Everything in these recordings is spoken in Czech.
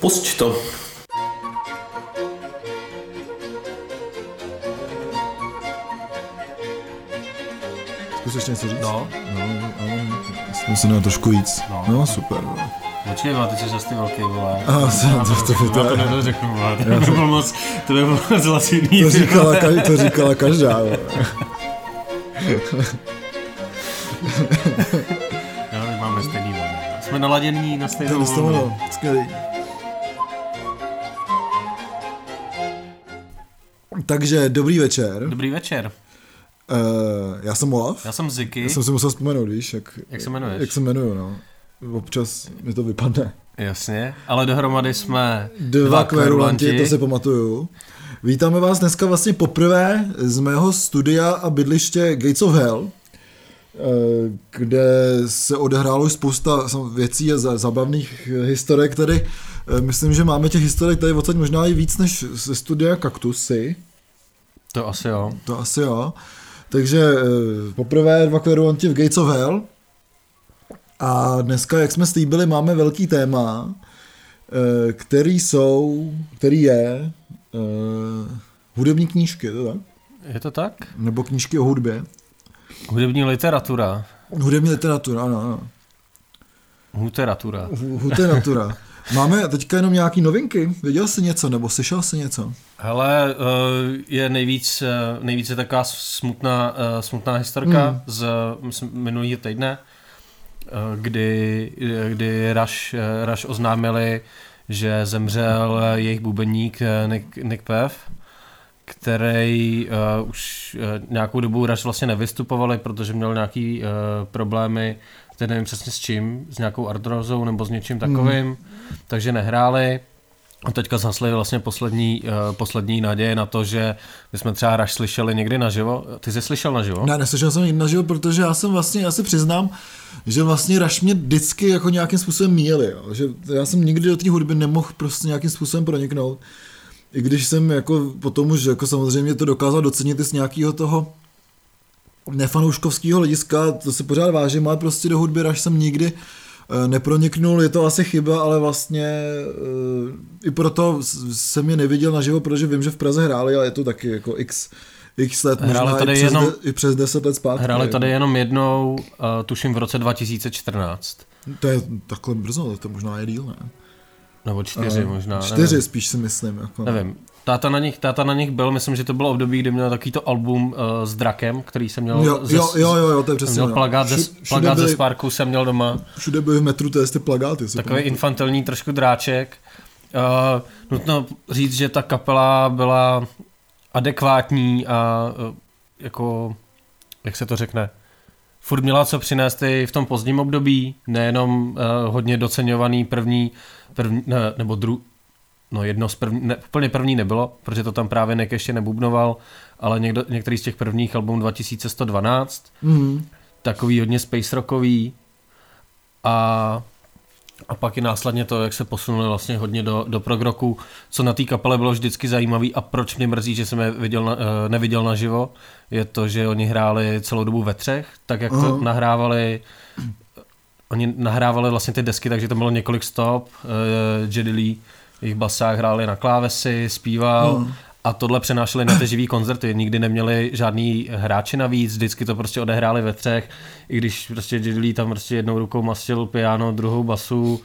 Pusť to. Zkus ještě něco říct? No. Myslím si na trošku víc. No super. No. Počkej, ty jsi zase ty velký, vole. To To nedořeknu, vole. To by bylo moc laciný. To říkala každá. Jo, my máme stejný vole. Jsme naladění na stejnou vlnu. Skvělý. Takže dobrý večer. Dobrý večer. Já jsem Olaf. Já jsem Ziky. Já jsem si musel vzpomenout, víš, Jak se jmenuješ? Jak se jmenuju, no. Občas mi to vypadne. Jasně, ale dohromady jsme dva kverulanti, to si pamatuju. Vítáme vás dneska vlastně poprvé z mého studia a bydliště Gates of Hell, kde se odehrálo spousta věcí a zabavných historek tady. Myslím, že máme těch historek tady odsaď možná i víc než ze studia Kaktusy. To asi jo. Takže poprvé dva kverulanti v Gates of Hell. A dneska, jak jsme slíbili, máme velký téma, který je hudební knížky, je to tak? Je to tak? Nebo knížky o hudbě. Hudební literatura. Hudební literatura, ano. Huteratura. Máme teďka jenom nějaký novinky. Viděl jsi něco, nebo slyšel jsi něco? Hele, je nejvíce taková smutná historka z minulého týdne, kdy Rush oznámili, že zemřel jejich bubeník Nick Pev, který už nějakou dobu Rush vlastně nevystupovali, protože měl nějaký problémy, teď nevím přesně s čím, s nějakou artrózou nebo s něčím takovým, takže nehráli. A teďka zhasli vlastně poslední naděje na to, že my jsme třeba Rush slyšeli někdy naživo. Ty jsi slyšel naživo? Ne, neslyšel jsem někdy naživo, protože já si přiznám, že vlastně Rush mě vždycky jako nějakým způsobem míjeli, jo. Že já jsem nikdy do té hudby nemohl prostě nějakým způsobem proniknout. I když jsem jako potom už jako samozřejmě to dokázal docenit i z nějakého toho nefanouškovského hlediska, to si pořád vážím, ale prostě do hudby Rush jsem nikdy neproniknul, je to asi chyba, ale vlastně i proto jsem je neviděl naživo, protože vím, že v Praze hráli, ale je to taky jako x let, možná i přes 10 let zpátky. Hráli tady jenom jednou, tuším v roce 2014. To je takhle brzo, to možná je díl, ne? Nebo 4 možná. 4 spíš si myslím. Jako. Nevím. Táta na nich byl, myslím, že to bylo období, kdy měl takovýto album s drakem, který jsem měl jo, to je přesně. Měl plagát ze Sparku jsem měl doma. Všude byly v metru ty plagáty. Takový infantilní trošku dráček. Nutno říct, že ta kapela byla adekvátní a jako, jak se to řekne, furt měla co přinést i v tom pozdním období, nejenom hodně doceňovaný úplně první nebylo, protože to tam právě Nick ještě nebubnoval, ale některý z těch prvních album 2112, takový hodně space rockový a pak i následně to, jak se posunuli vlastně hodně do prog rocku, co na té kapele bylo vždycky zajímavý a proč mě mrzí, že jsem je neviděl naživo, je to, že oni hráli celou dobu ve třech, tak jak to nahrávali. Oni nahrávali vlastně ty desky, takže to bylo několik stop, Geddy Lee, jejich basák hráli na klávesy, zpíval a tohle přenášeli na ty živý koncerty. Nikdy neměli žádný hráči navíc, vždycky to prostě odehráli ve třech, i když prostě Geddy Lee tam prostě jednou rukou mastil piano, druhou basu,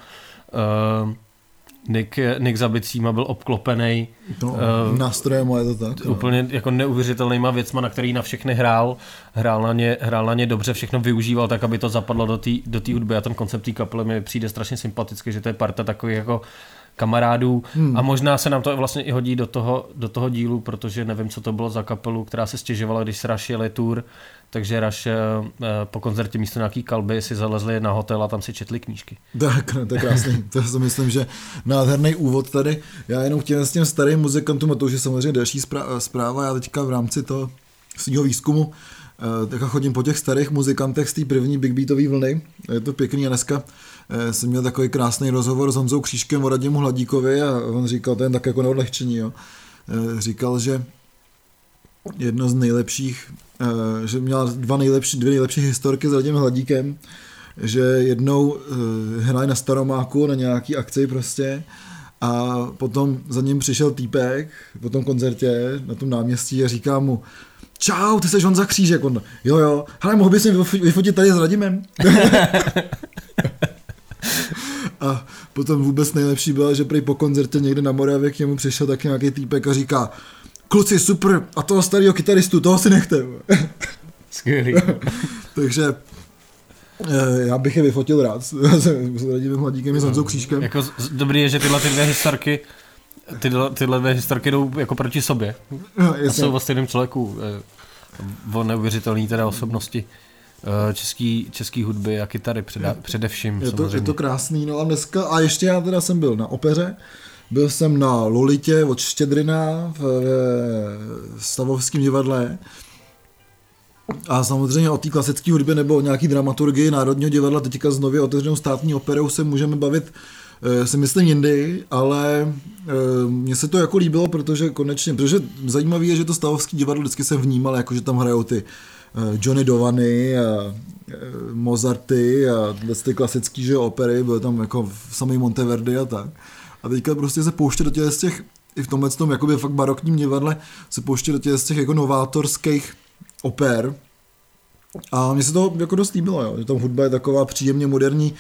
Nick za bicíma byl obklopený nástrojem, je to tak. Úplně jako neuvěřitelnýma věcma, na který na všechny hrál na ně dobře, všechno využíval tak, aby to zapadlo do té hudby a ten koncept té kapely mi přijde strašně sympaticky, že to je parta takových jako kamarádů a možná se nám to vlastně i hodí do toho dílu, protože nevím, co to bylo za kapelu, která se stěžovala, když se Rush jeli tour, takže Rush po koncertě místo nějaký kalby si zalezli na hotel a tam si četli knížky. Tak, to je krásný. To si myslím, že nádherný úvod tady. Já jenom chtěl s těm starým muzikantům, a to už je samozřejmě další zpráva, já teďka v rámci toho svého výzkumu tak chodím po těch starých muzikantech z té první big beatové vlny. Je to pěkný a dneska jsem měl takový krásný rozhovor s Honzou Křížkem o Radimu Hladíkovi a on říkal, to je tak jako neodlehčení, jo. Říkal, že jedno z nejlepších, že měla dvě nejlepší historky s Radimem Hladíkem, že jednou hráli na Staromáku na nějaký akci prostě A potom za ním přišel týpek po tom koncertě na tom náměstí a říká mu: čau, ty jsi Honza Křížek. On: jo, hele, mohl bys mi vyfotit tady s Radimem? A potom vůbec nejlepší bylo, že prý po koncertě někde na Moravě k němu přišel taky nějaký týpek a říká: kluci, super, a toho starého kytaristu, toho si nechte. Skvělý. Takže já bych je vyfotil rád s Radimem Hladíkem i s Honzou Křížkem. Jako dobrý je, že tyhle dvě historky jdou jako proti sobě. A jsou o stejném člověku. O neuvěřitelný teda osobnosti český hudby a kytary především. Je to krásný, no a dneska, a ještě já teda jsem byl na opeře, byl jsem na Lolitě od Štědrina v Stavovském divadle a samozřejmě o té klasické hudbě nebo o nějaký dramaturgii Národního divadla teďka s nově otevřenou státní operou se můžeme bavit, si myslím, jindy, ale mně se to jako líbilo, protože zajímavé je, že to Stavovský divadlo vždycky jsem vnímal, jako že tam hrajou ty Johnny Dovany a Mozarty a ty klasický, že opery, byly tam jako samý Monteverdi a tak. A teďka prostě se pouště do těch, i v tomhle tom jakoby fakt barokním divadle, se pouště do těch jako novátorských oper. A mně se to jako dost líbilo, jo, že tam hudba je taková příjemně moderní,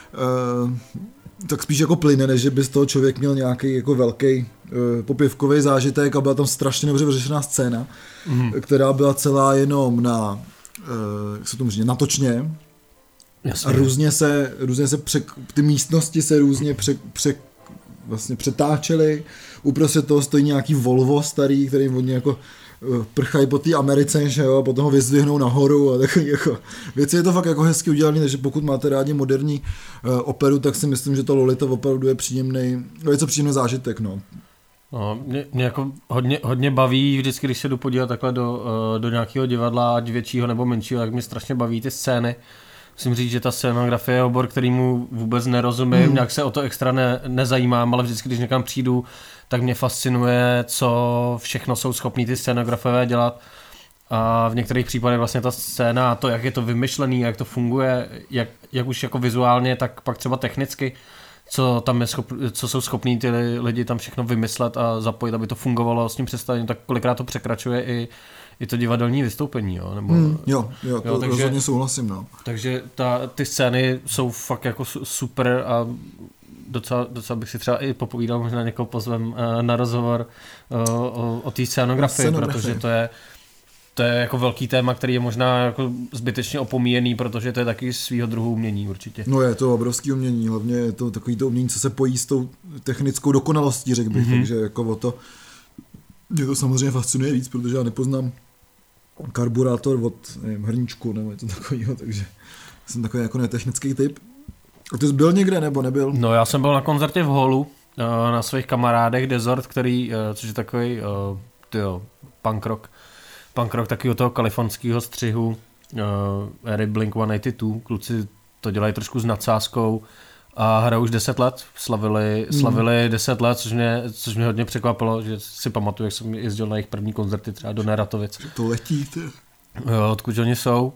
tak spíš jako plyne, než že by z toho člověk měl nějaký jako velký popěvkový zážitek, a byla tam strašně dobře vyřešená scéna, která byla celá jenom na, jak se tomu říká, natočně. Jasně. A různě se ty místnosti se různě vlastně přetáčely. Uprostřed toho stojí nějaký Volvo starý, který oni jako prchají po té Americe, že jo, a potom ho vyzdvihnou nahoru a takový jako věci. Je to fakt jako hezky udělané, takže pokud máte rádi moderní operu, tak si myslím, že to Lolita opravdu je příjemný zážitek, no. No, mě jako hodně baví vždycky, když se jdu podívat takhle do nějakého divadla, ať většího nebo menšího, tak mě strašně baví ty scény. Musím říct, že ta scénografie je obor, kterýmu vůbec nerozumím, nějak se o to extra nezajímám, ale vždycky, když někam přijdu, tak mě fascinuje, co všechno jsou schopní ty scénografové dělat. A v některých případech vlastně ta scéna, to, jak je to vymyšlený, jak to funguje, jak už jako vizuálně, tak pak třeba technicky, co jsou schopní ty lidi tam všechno vymyslet a zapojit, aby to fungovalo s tím představením, tak kolikrát to překračuje i to divadelní vystoupení, jo? Nebo, jo, to rozhodně souhlasím, no. Takže ty scény jsou fakt jako super a docela bych si třeba i popovídal, možná někoho pozvem na rozhovor o té scénografii, protože to je jako velký téma, který je možná jako zbytečně opomíjený, protože to je taky svýho druhu umění určitě. No je to obrovský umění, hlavně je to takový to umění, co se pojí s tou technickou dokonalostí, řekl bych, takže jako o to mě to samozřejmě fascinuje víc, protože já nepoznám karburátor od hrníčku nebo něco takového, takže jsem takový jako netechnický typ. A ty jsi byl někde nebo nebyl? No já jsem byl na koncertě v Hallu na svých kamarádech Desert, což je takový punk rock takového toho kalifornského střihu, éry Blink-182, kluci to dělají trošku s nadsázkou a hrajou už 10 let, slavili 10 let, což mě hodně překvapilo, že si pamatuju, jak jsem jezdil na jejich první koncerty třeba do Neratovic. To letí, ty. Jo, odkud oni jsou.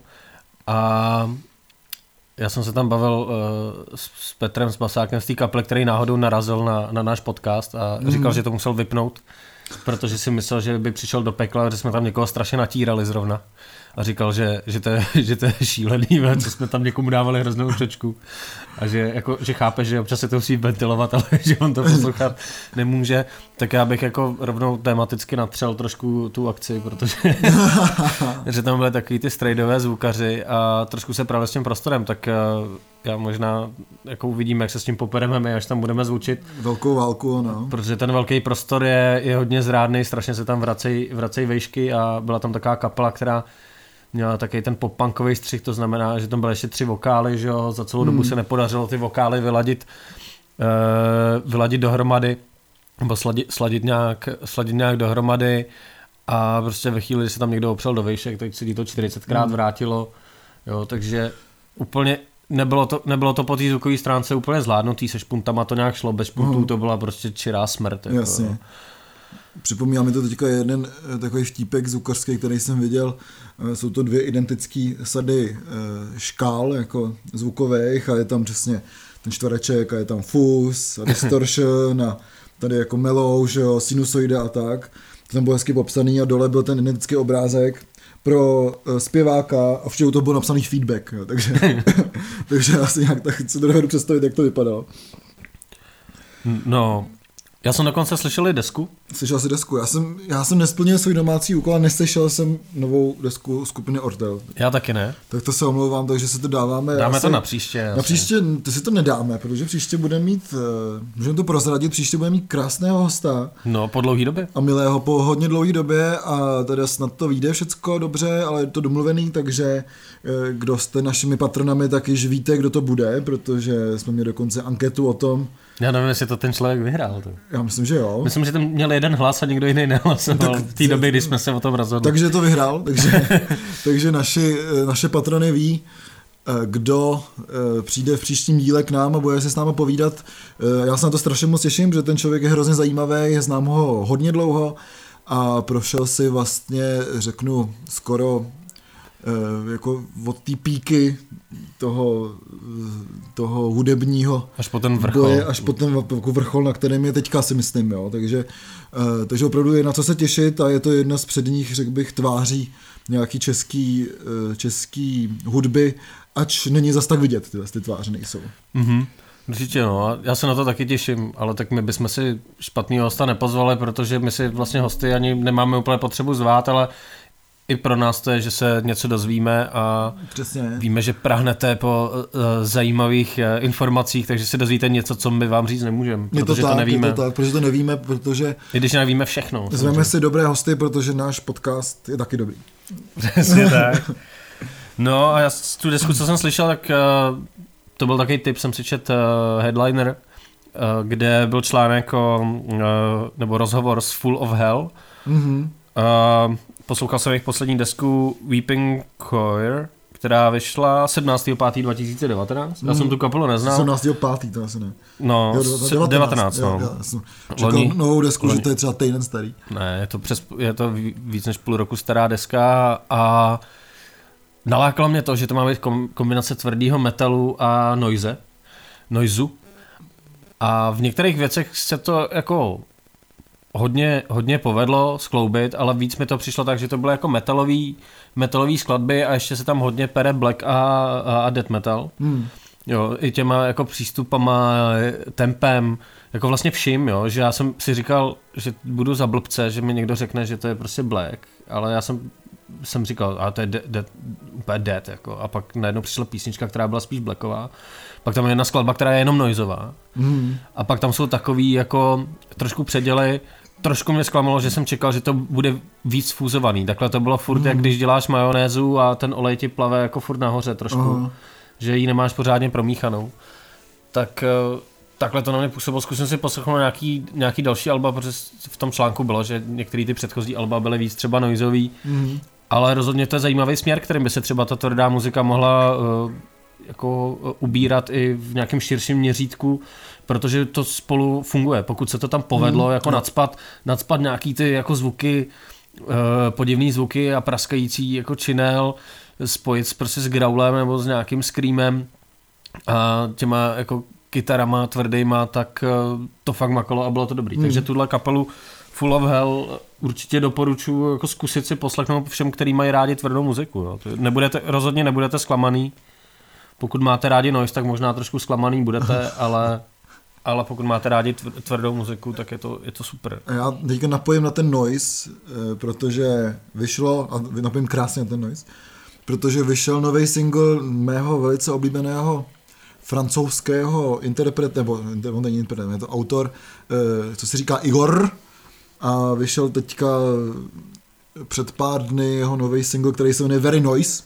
A já jsem se tam bavil s Petrem Spasákem z té kaple, který náhodou narazil na náš podcast a říkal, že to musel vypnout, protože si myslel, že by přišel do pekla, že jsme tam někoho strašně natírali zrovna. A říkal, že to je šílený, co jsme tam někomu dávali hroznou čočku. A že chápe, že občas se to musí ventilovat, ale že on to poslouchat nemůže. Tak já bych jako rovnou tematicky natřel trošku tu akci, protože že tam byly takový ty strejdové zvukaři a trošku se právě s tím prostorem, tak já možná jako uvidím, jak se s tím popereme my, až tam budeme zvučit. Velkou válku, no. Protože ten velký prostor je hodně zrádný, strašně se tam vracejí vejšky a byla tam taková kapela, která měla taky ten pop-punkový střih, to znamená, že tam byly ještě 3 vokály, že jo, za celou dobu se nepodařilo ty vokály vyladit dohromady, nebo sladit nějak dohromady a prostě ve chvíli, kdy se tam někdo opřel do vejšek, tak se to 40krát vrátilo, jo, takže úplně nebylo to po té zvukové stránce úplně zvládnutý, se špuntama to nějak šlo, bez špuntů to byla prostě čirá smrt. Jako, jasně. Jo. Připomíná mi to teďka jeden takový vtípek zvukařský, který jsem viděl. Jsou to 2 identické sady škál jako zvukových a je tam přesně ten čtvereček a je tam fuzz a distortion a tady jako mellow, že jo, sinusoida a tak. To tam bylo hezky popsaný a dole byl ten identický obrázek pro zpěváka a všude to bylo napsaný feedback, jo, takže asi nějak tak si to dovedu představit, jak to vypadalo. No, já jsem dokonce slyšel i desku. Slyšel jsi desku. Já jsem nesplnil svůj domácí úkol a neslyšel jsem novou desku skupiny Ortel. Já taky ne. Tak to se omlouvám, takže si to dáváme. Dáme to na příště. Na příště to si to nedáme, protože příště bude mít, můžeme to prozradit, příště bude mít krásného hosta. No, po dlouhý době. A milého po hodně dlouhý době a teda snad to vyjde všecko dobře, ale je to domluvený, takže kdo jste našimi patronami, tak již víte, kdo to bude, protože jsme měli dokonce anketu o tom. Já nevím, jestli to ten člověk vyhrál. To. Já myslím, že jo. Myslím, že tam měl jeden hlas a nikdo jiný nehlasoval v té době, kdy jsme se o tom rozhodli. Takže to vyhrál, takže naše patrony ví, kdo přijde v příštím díle k nám a bude se s námi povídat. Já se na to strašně moc těším, že ten člověk je hrozně zajímavý, znám ho hodně dlouho a prošel si vlastně, řeknu, skoro jako od té píky toho hudebního až po ten vrchol. Boje, až po ten vrchol, na kterém je teďka, si myslím, jo. Takže opravdu je na co se těšit a je to jedna z předních, řekl bych, tváří nějaký český hudby, ač není zas tak vidět, ty tváře nejsou. Mhm. Určitě no, já se na to taky těším, ale tak my bychom si špatného hosta nepozvali, protože my si vlastně hosty ani nemáme úplně potřebu zvát, ale i pro nás to je, že se něco dozvíme a přesně. Víme, že prahnete po zajímavých informacích, takže si dozvíte něco, co my vám říct nemůžeme, protože to nevíme. Je to tak, protože to nevíme, protože... I když nevíme všechno. Zveme si dobré hosty, protože náš podcast je taky dobrý. Přesně tak. No a já tu desku, co jsem slyšel, tak to byl takový tip, jsem si četl Headliner, kde byl článek nebo rozhovor s Full of Hell. Mm-hmm. Poslouchal jsem jejich poslední desku Weeping Choir, která vyšla 17.5.2019. Já jsem tu kapelu neznal. 17.5. to asi ne. No, 19. Jo, no. Já jsem čekal novou desku, že to je třeba týden starý. Ne, je to víc než půl roku stará deska a nalákalo mě to, že to má být kombinace tvrdého metalu a noizu. A v některých věcech se to jako hodně povedlo skloubit, ale víc mi to přišlo tak, že to bylo jako metalový skladby a ještě se tam hodně pere black a death metal. Jo, i těma jako přístupama, tempem, jako vlastně vším, jo, že já jsem si říkal, že budu za blbce, že mi někdo řekne, že to je prostě black, ale já jsem říkal, a to je úplně dead, jako, a pak najednou přišla písnička, která byla spíš blacková, pak tam je jedna skladba, která je jenom noizová, a pak tam jsou takový jako trošku předěly. Trošku mě zklamalo, že jsem čekal, že to bude víc fúzovaný. Takhle to bylo furt, jak když děláš majonézu a ten olej ti plave jako furt nahoře trošku, že ji nemáš pořádně promíchanou. Tak takhle to na mě působilo. Zkusím si poslechnout nějaký další alba, protože v tom článku bylo, že některé ty předchozí alba byly víc třeba noizový, ale rozhodně to je zajímavý směr, kterým by se třeba ta tvrdá muzika mohla jako ubírat i v nějakém širším měřítku, protože to spolu funguje. Pokud se to tam povedlo jako nacpat nějaký ty jako zvuky, podivný zvuky a praskající jako činel, spojit prostě s graulem nebo s nějakým screamem a těma jako kytarama tvrdýma, tak to fakt makalo a bylo to dobrý. Takže tuhle kapelu Full of Hell určitě doporučuji jako zkusit si poslechnout všem, který mají rádi tvrdou muziku. Jo. Rozhodně nebudete zklamaný. Pokud máte rádi noise, tak možná trošku zklamaný budete, ale pokud máte rádi tvrdou muziku, tak je to super. Já teďka napojím na ten noise, protože vyšlo, a napojím krásně na ten noise, protože vyšel nový single mého velice oblíbeného francouzského interpreta, nebo on není interpret, je to autor, co se říká Igor, a vyšel teďka před pár dny jeho nový single, který se jmenuje Very Noise.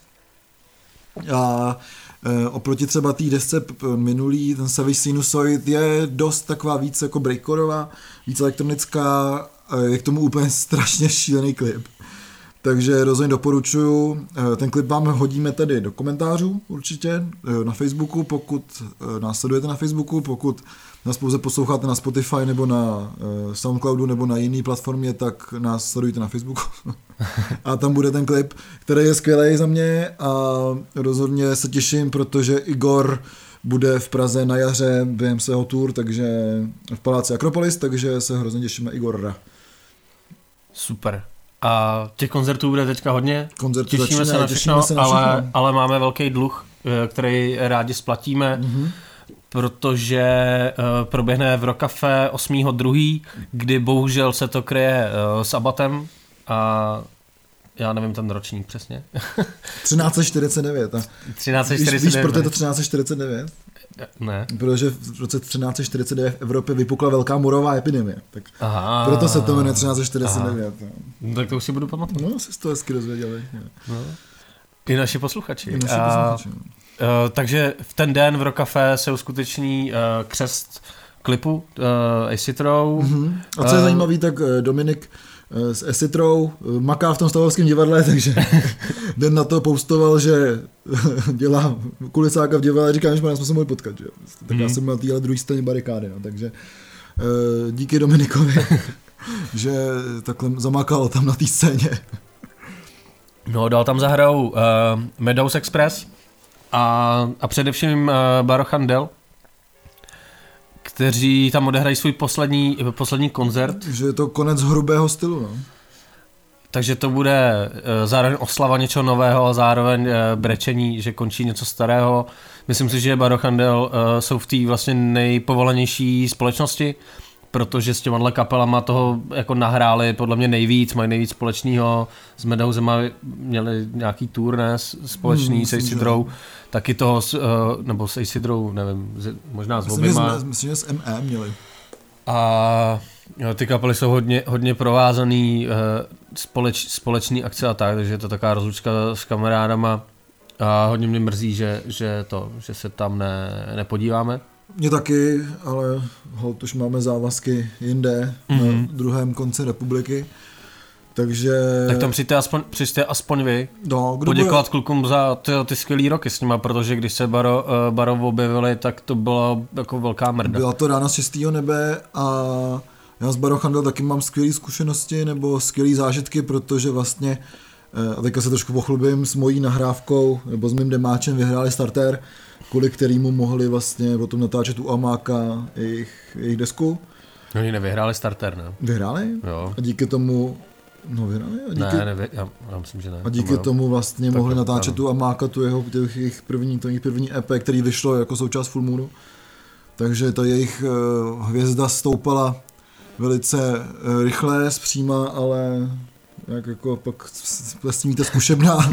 A oproti třeba té desce minulý, ten Savage Sinusoid je dost taková víc jako breakcoreová, víc elektronická, je k tomu úplně strašně šílený klip. Takže rozhodně doporučuju. Ten klip vám hodíme tady do komentářů určitě na Facebooku, pokud nás sledujete na Facebooku, pokud nás pouze posloucháte na Spotify nebo na Soundcloudu nebo na jiný platformě, tak nás sledujte na Facebooku. A tam bude ten klip, který je skvělý za mě a rozhodně se těším, protože Igor bude v Praze na jaře během svého tour, takže v Paláci Akropolis, takže se hrozně těším na Igora. Super. A těch koncertů bude teďka hodně. Těšíme se na všechno, ale máme velký dluh, který rádi splatíme, protože proběhne v Rock Café 8.2., kdy bohužel se to kryje s Abatem a já nevím ten ročník přesně. 1349. 1349. Víš, proto je to 1349? Ne. Protože v roce 1349 v Evropě vypukla velká morová epidemie. Tak proto se to jmenuje 1349. No, tak to už si budu pamatovat. No, jsi to hezky dozvěděli. No. I naši posluchači. Takže v ten den v Rock Café se uskuteční křest klipu Acid Row. A co je zajímavý, tak Dominik s Acid Row maká v tom Stavovském divadle, takže den na to postoval, že dělá kulisáka v divadle a říká, že jsme se mohli potkat. Že? Tak já jsem byl na téhle druhé straně barikády. No, takže díky Dominikovi, že takhle zamakal tam na té scéně. No, dal tam zahrou Meadows Express a především Barochandel, kteří tam odehrají svůj poslední koncert. Že je to konec hrubého stylu, no. Takže to bude zároveň oslava něčeho nového a zároveň brečení, že končí něco starého. Myslím si, že Barochandel jsou v té vlastně nejpovolenější společnosti, protože s těma kapelama toho jako nahráli podle mě nejvíc, mají nejvíc společného. S Meadowsema měli nějaký tour, ne, společný s Acid Row, taky toho, nebo s Acid Row, nevím, možná s oběma. Myslím, že s ME měli. A ty kapely jsou hodně provázaný, společný akce a tak, takže je to taková rozlučka s kamarádama a hodně mě mrzí, že se tam nepodíváme. Mě taky, ale holt už máme závazky jinde, na druhém konci republiky, takže... Tak tam přijďte aspoň vy, poděkovat klukům za ty skvělý roky s nima, protože když se Baro objevili, tak to byla jako velká mrda. Byla to rána z čistého nebe a já s Barochandel taky mám skvělé zkušenosti nebo skvělé zážitky, protože vlastně, a teďka se trošku pochlubím, s mojí nahrávkou nebo s mým demáčem vyhráli Starter, kvůli kterému mohli vlastně potom natáčet u Amáka jejich desku. Oni nevyhráli Starter, ne? Vyhráli? Jo. A díky tomu... No vyhráli? Já myslím, že ne. A díky tomu vlastně mohli natáčet u Amáka jejich první EP, který vyšlo jako součást Full Moonu. Takže ta jejich hvězda stoupala velice rychle, zpříma, ale jak jako pak sníte zkušebná.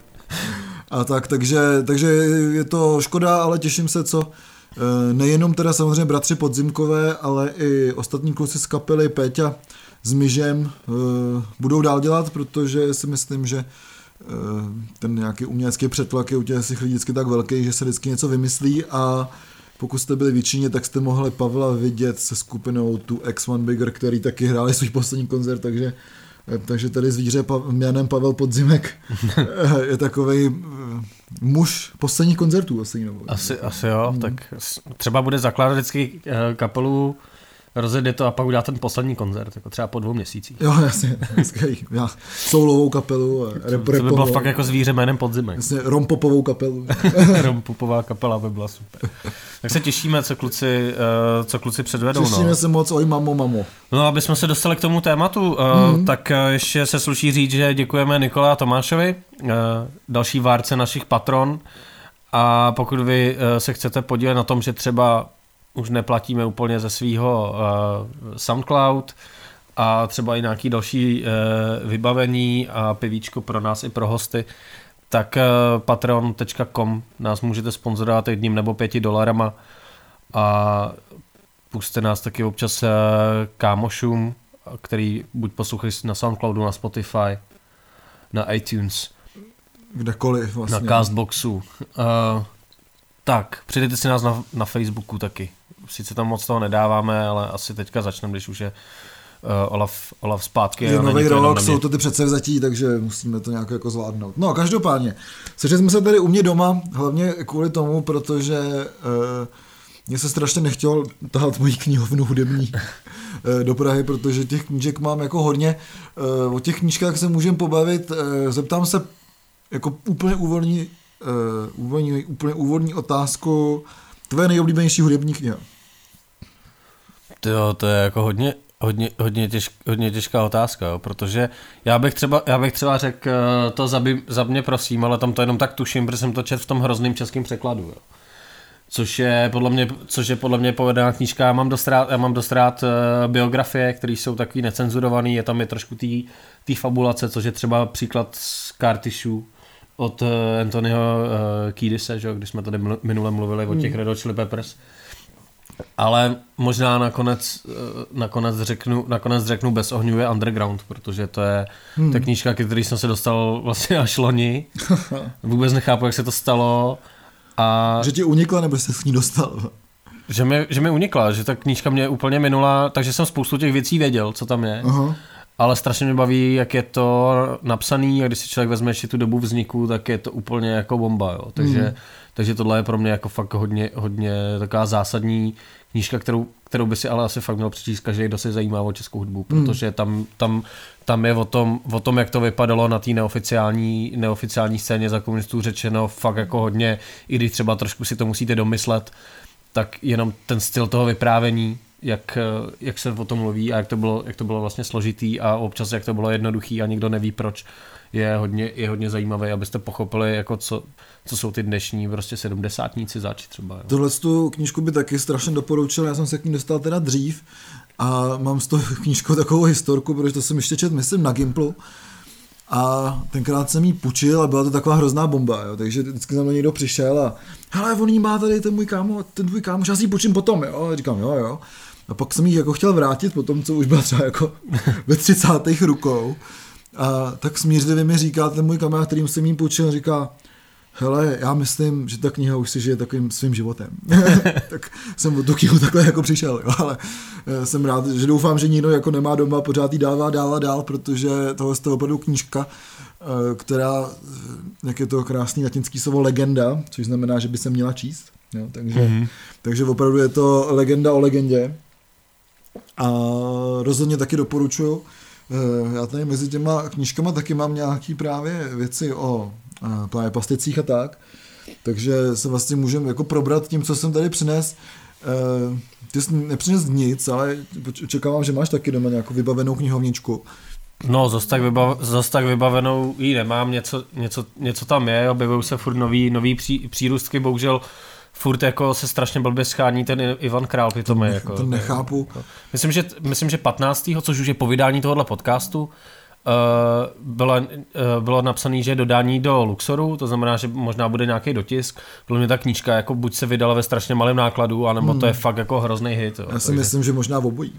A takže je to škoda, ale těším se, co nejenom teda samozřejmě bratři Podzimkové, ale i ostatní kluci z kapely Péťa s Myžem budou dál dělat, protože si myslím, že ten nějaký umělecký přetlak je u těch lidí vždycky tak velký, že se vždycky něco vymyslí a pokud jste byli v Číně, tak jste mohli Pavla vidět se skupinou tu X1 Bigger, který taky hráli svůj poslední koncert, takže tady zvíře jménem Pavel Podzimek je takovej muž posledních koncertů. Asi jo, tak třeba bude zakládat vždycky kapelu, rozjede to a pak udělá ten poslední koncert, jako třeba po 2 měsících. Jo, jasně, já soulovou kapelu. To by bylo fakt jako zvíře jménem Podzimek. Jasně, rompopovou kapelu. Rompopová kapela by byla super. Tak se těšíme, co kluci předvedou. Těšíme se moc, oj mamo. No, aby jsme se dostali k tomu tématu, tak ještě se sluší říct, že děkujeme Nikola a Tomášovi, další várce našich patron, a pokud vy se chcete podílet na tom, že třeba už neplatíme úplně ze svýho SoundCloud a třeba i nějaký další vybavení a pivíčko pro nás i pro hosty, tak patreon.com nás můžete sponzorovat $1 nebo $5 a pusťte nás taky občas kámošům, který buď poslouchají na SoundCloudu, na Spotify, na iTunes, kdekoliv vlastně. Na Castboxu. Tak, přidejte si nás na Facebooku taky. Sice tam moc toho nedáváme, ale asi teďka začneme, když už je Olaf zpátky. Je nový rok, jsou to ty předsevzetí, takže musíme to nějak jako zvládnout. No, každopádně, sešli jsme se tady u mě doma, hlavně kvůli tomu, protože mě se strašně nechtělo tahat mojí knihovnu hudební do Prahy, protože těch knížek mám jako hodně. O těch knížkách se můžeme pobavit. Zeptám se jako úplně úvodní otázku, Tvoje nejoblíbenější hudební kniha? To je jako hodně těžká otázka, jo, protože já bych třeba řekl to za mě prosím, ale tam to jenom tak tuším, protože jsem to četl v tom hrozným českým překladu, jo. Což je podle mě povedená knížka. Já mám dost rád biografie, které jsou takový necenzurovaný, je tam trošku tý fabulace, což je třeba příklad z Car Tissue od Anthonyho Kiedise, že, když jsme tady minule mluvili o těch Red Hot Chili Peppers. Ale možná nakonec řeknu Bez ohňů je Underground, protože to je ta knížka, který jsem se dostal vlastně až loni. Vůbec nechápu, jak se to stalo. A že ti unikla, nebo jsi s ní dostal? Že mi unikla, že ta knížka mě úplně minula, takže jsem spoustu těch věcí věděl, co tam je. Aha. Ale strašně mě baví, jak je to napsaný a když si člověk vezme ještě tu dobu vzniku, tak je to úplně jako bomba. Jo. Takže tohle je pro mě jako fakt hodně taková zásadní knížka, kterou by si ale asi fakt měl přečíst každý, kdo se zajímá o českou hudbu, protože tam je o tom, jak to vypadalo na té neoficiální scéně za komunistů řečeno fakt jako hodně, i když třeba trošku si to musíte domyslet, tak jenom ten styl toho vyprávění, jak se o tom mluví a jak to bylo vlastně složitý a občas jak to bylo jednoduchý a nikdo neví proč, je hodně zajímavé, abyste pochopili, jako co jsou ty dnešní prostě sedmdesátníci zač třeba. Jo. Tohle tu knížku by taky strašně doporučil, já jsem se k ní dostal teda dřív a mám z toho knížkou takovou historku, protože to jsem ještě četl, myslím, na Gimplu a tenkrát jsem jí půjčil a byla to taková hrozná bomba, jo. Takže vždycky za mnou někdo přišel a hele, on jí má tady ten tvůj kámoš, já si ji půjčím potom, jo. A říkám, jo. A pak jsem jí jako chtěl vrátit potom, co už byla třeba jako ve 30. rukou. A tak smířlivě mi říká ten můj kamarád, kterým jsem jí půjčil, říká, hele, já myslím, že ta kniha už si žije takovým svým životem. Tak jsem o tu knihu takhle jako přišel, jo, ale jsem rád, že doufám, že nikdo jako nemá doma, pořád jí dává dál a dál, protože tohle je opravdu knížka, která, jak je to krásný latinský slovo legenda, což znamená, že by se měla číst. Jo, takže opravdu je to legenda o legendě a rozhodně taky doporučuju. Já tady mezi těma knížkama taky mám nějaký právě věci o právě plasticích a tak, takže se vlastně můžeme jako probrat tím, co jsem tady přines. Ty jsi nepřines nic, ale očekávám, že máš taky doma nějakou vybavenou knihovničku. No, zas tak vybavenou jí nemám, něco tam je, objevují se furt nový přírůstky, bohužel furt jako se strašně blbě schání ten Ivan Král, to jako. To nechápu. Myslím, že 15. což už je po vydání tohohle podcastu, bylo napsané, že je dodání do Luxoru, to znamená, že možná bude nějaký dotisk. Podle mě ta knížka jako buď se vydala ve strašně malém nákladu, anebo to je fakt jako hrozný hit. Já si myslím, že možná obojí.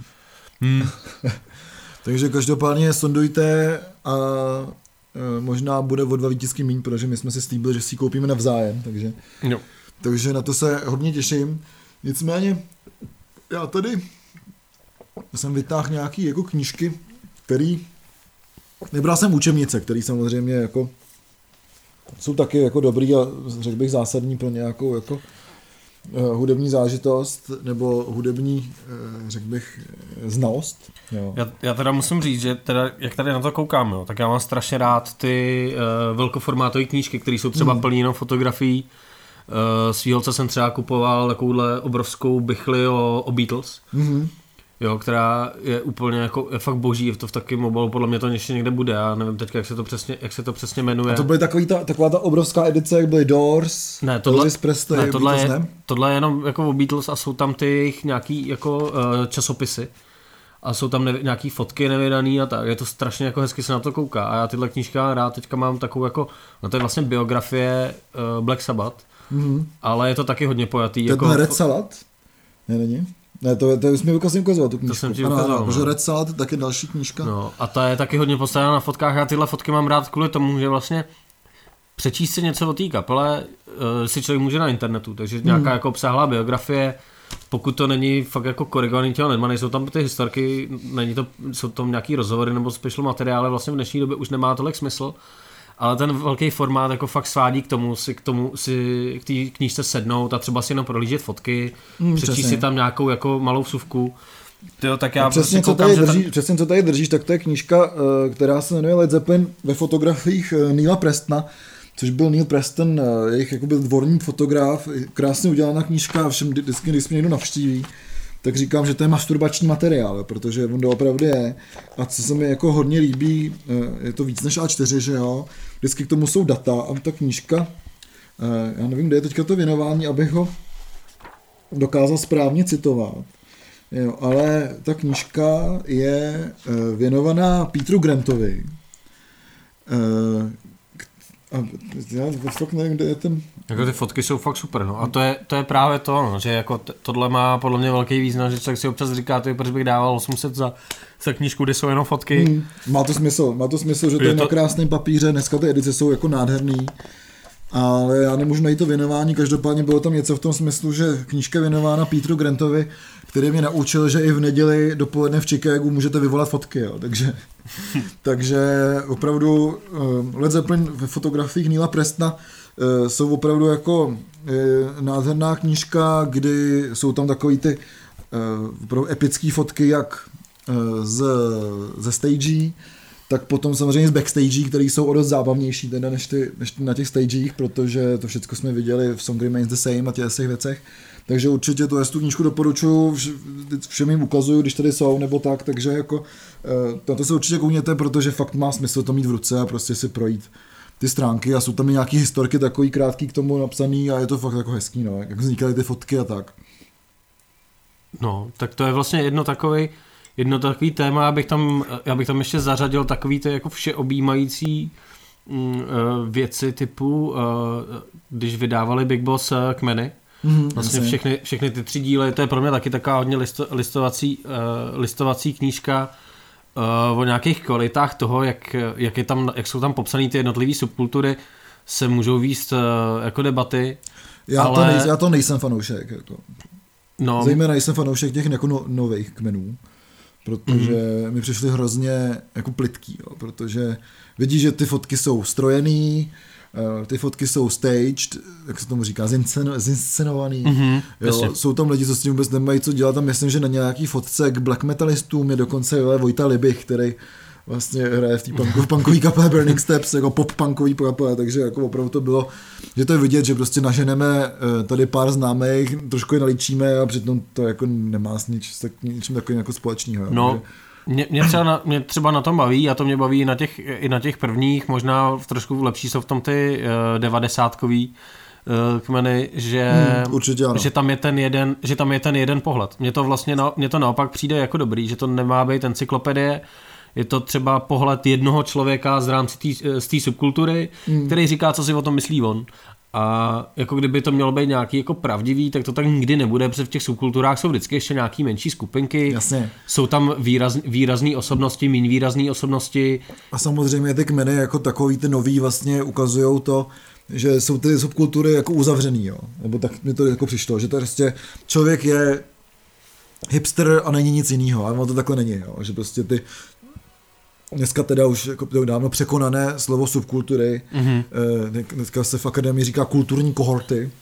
Takže každopádně sondujte a možná bude o 2 výtisky míň, protože my jsme si slíbili, že si ji koupíme navzájem, takže na to se hodně těším. Nicméně já tady jsem vytáhl nějaký jako knížky, který nebral jsem učebnice, který samozřejmě jako jsou taky jako dobrý a řekl bych zásadní pro nějakou jako hudební zážitost nebo hudební, řekl bych, znalost. Jo. Já teda musím říct, že teda, jak tady na to koukám, jo, tak já mám strašně rád ty velkoformátové knížky, které jsou třeba plný jenom fotografií. Svýho, co jsem třeba kupoval takovouhle obrovskou bichli o Beatles, jo, která je úplně jako, je fakt boží, je to v takovém mobilu, podle mě to ještě někde bude, já nevím teďka, jak se to přesně jmenuje. A to byly taková ta obrovská edice, jak byly Doors, Elvis Presley, tohle je jenom jako o Beatles a jsou tam ty nějaký jako časopisy a jsou tam nějaký fotky nevydaný a tak, je to strašně jako hezky se na to kouká a já tyhle knížka rád teďka mám takovou jako, no to je vlastně biografie Black Sabbath, ale je to taky hodně pojatý. To je ten Red Salad? Ne, není? Ne, to jsi mi ukazoval tu knížku. To jsem ti ukázal. Protože Red Salad je taky další knížka. No, a ta je taky hodně postavená na fotkách a tyhle fotky mám rád kvůli tomu, že vlastně přečíst si něco o té kapele si člověk může na internetu, takže nějaká jako obsáhlá biografie, pokud to není fakt jako korigovaný tělo Nedma, nejsou tam ty historky, jsou tam nějaký rozhovory nebo special materiály, vlastně v dnešní době už nemá tolik smysl. Ale ten velký formát jako fakt svádí k tomu si k té knížce sednout a třeba si jenom prohlížet fotky, přečíst si tam nějakou jako malou vsuvku. Tyjo, tak já přesně, přesně co tady držíš, tak to je knížka, která se jmenuje Led Zeppelin ve fotografiích Neila Prestona, což byl Neil Preston, jejich jakoby dvorní fotograf, krásně udělaná knížka, všem vždycky, když mě někdo navštíví, tak říkám, že to je masturbační materiál, protože on to opravdu je. A co se mi jako hodně líbí, je to víc než A4, že jo, vždycky k tomu jsou data a ta knížka, já nevím, kde je teďka to věnování, abych ho dokázal správně citovat. Jo, ale ta knížka je věnovaná Peteru Grantovi. A já fakt nevím, kde je ten... Jako ty fotky jsou fakt super, no. A to je právě to, no, že jako tohle má podle mě velký význam, že člověk si občas říká, proč bych dával 800 za knížku, kde jsou jenom fotky. Má to smysl, že to je na krásném papíře, dneska ty edice jsou jako nádherný. Ale já nemůžu najít to věnování, každopádně bylo tam něco v tom smyslu, že knížka je věnována Peteru Grantovi, který mě naučil, že i v neděli dopoledne v Chicagu můžete vyvolat fotky, jo. Takže opravdu Led Zeppelin ve fotografiích Neila Prestona jsou opravdu jako nádherná knížka, kdy jsou tam takový ty epické fotky, jak ze stagí, tak potom samozřejmě z backstage, které jsou o dost zábavnější teda než na těch stagech, protože to všechno jsme viděli v Song Remains the Same a těch věcech. Takže určitě tu knížku doporučuji, všem jim ukazuju, když tady jsou nebo tak, takže jako to se určitě koukněte, protože fakt má smysl to mít v ruce a prostě si projít ty stránky a jsou tam i nějaký historky takový krátký k tomu napsaný a je to fakt jako hezký, no, jak vznikaly ty fotky a tak. No, tak to je vlastně jedno takový téma, já bych tam ještě zařadil takový ty jako všeobjímající věci typu, když vydávali Big Boss kmeny, vlastně všechny ty 3 díly, to je pro mě taky taková hodně listovací knížka o nějakých kvalitách toho, jak jsou tam popsané ty jednotlivé subkultury, se můžou víst jako debaty. Já to nejsem fanoušek. Jako. No. Zejména nejsem fanoušek těch jako nových kmenů, protože mi přišly hrozně jako plytký, jo, protože vidíš, že ty fotky jsou strojený, ty fotky jsou staged, jak se tomu říká, zinscenovaný. Jo, jsou tam lidi, co s tím vůbec nemají co dělat. Tam myslím, že na nějaký fotce k black metalistům je dokonce Vojta Libich, který vlastně hraje v té punkový kapele Burning Steps, jako pop-punkový kapele, takže jako opravdu to bylo, že to je vidět, že prostě naženeme tady pár známých, trošku je naličíme a přitom to jako nemá s ničím takovým jako společného. No. Mě třeba na tom baví, a to mě baví i na těch prvních, možná trošku lepší jsou v tom ty 90kový kmeny, že tam je ten jeden pohled. Mně to naopak přijde jako dobrý, že to nemá být encyklopedie, je to třeba pohled jednoho člověka z rámci z té subkultury, který říká, co si o tom myslí on. A jako kdyby to mělo být nějaký jako pravdivý, tak to tak nikdy nebude, protože v těch subkulturách jsou vždycky ještě nějaký menší skupinky. Jasně. Jsou tam výrazné osobnosti, méně výrazné osobnosti. A samozřejmě ty kmeny jako takový ty nový vlastně ukazujou to, že jsou ty subkultury jako uzavřený, jo. Nebo tak mi to jako přišlo, že to prostě člověk je hipster a není nic jiného, ale to takhle není, jo. Že prostě ty dneska teda už jako dávno překonané slovo subkultury, dneska se v akademii říká kulturní kohorty,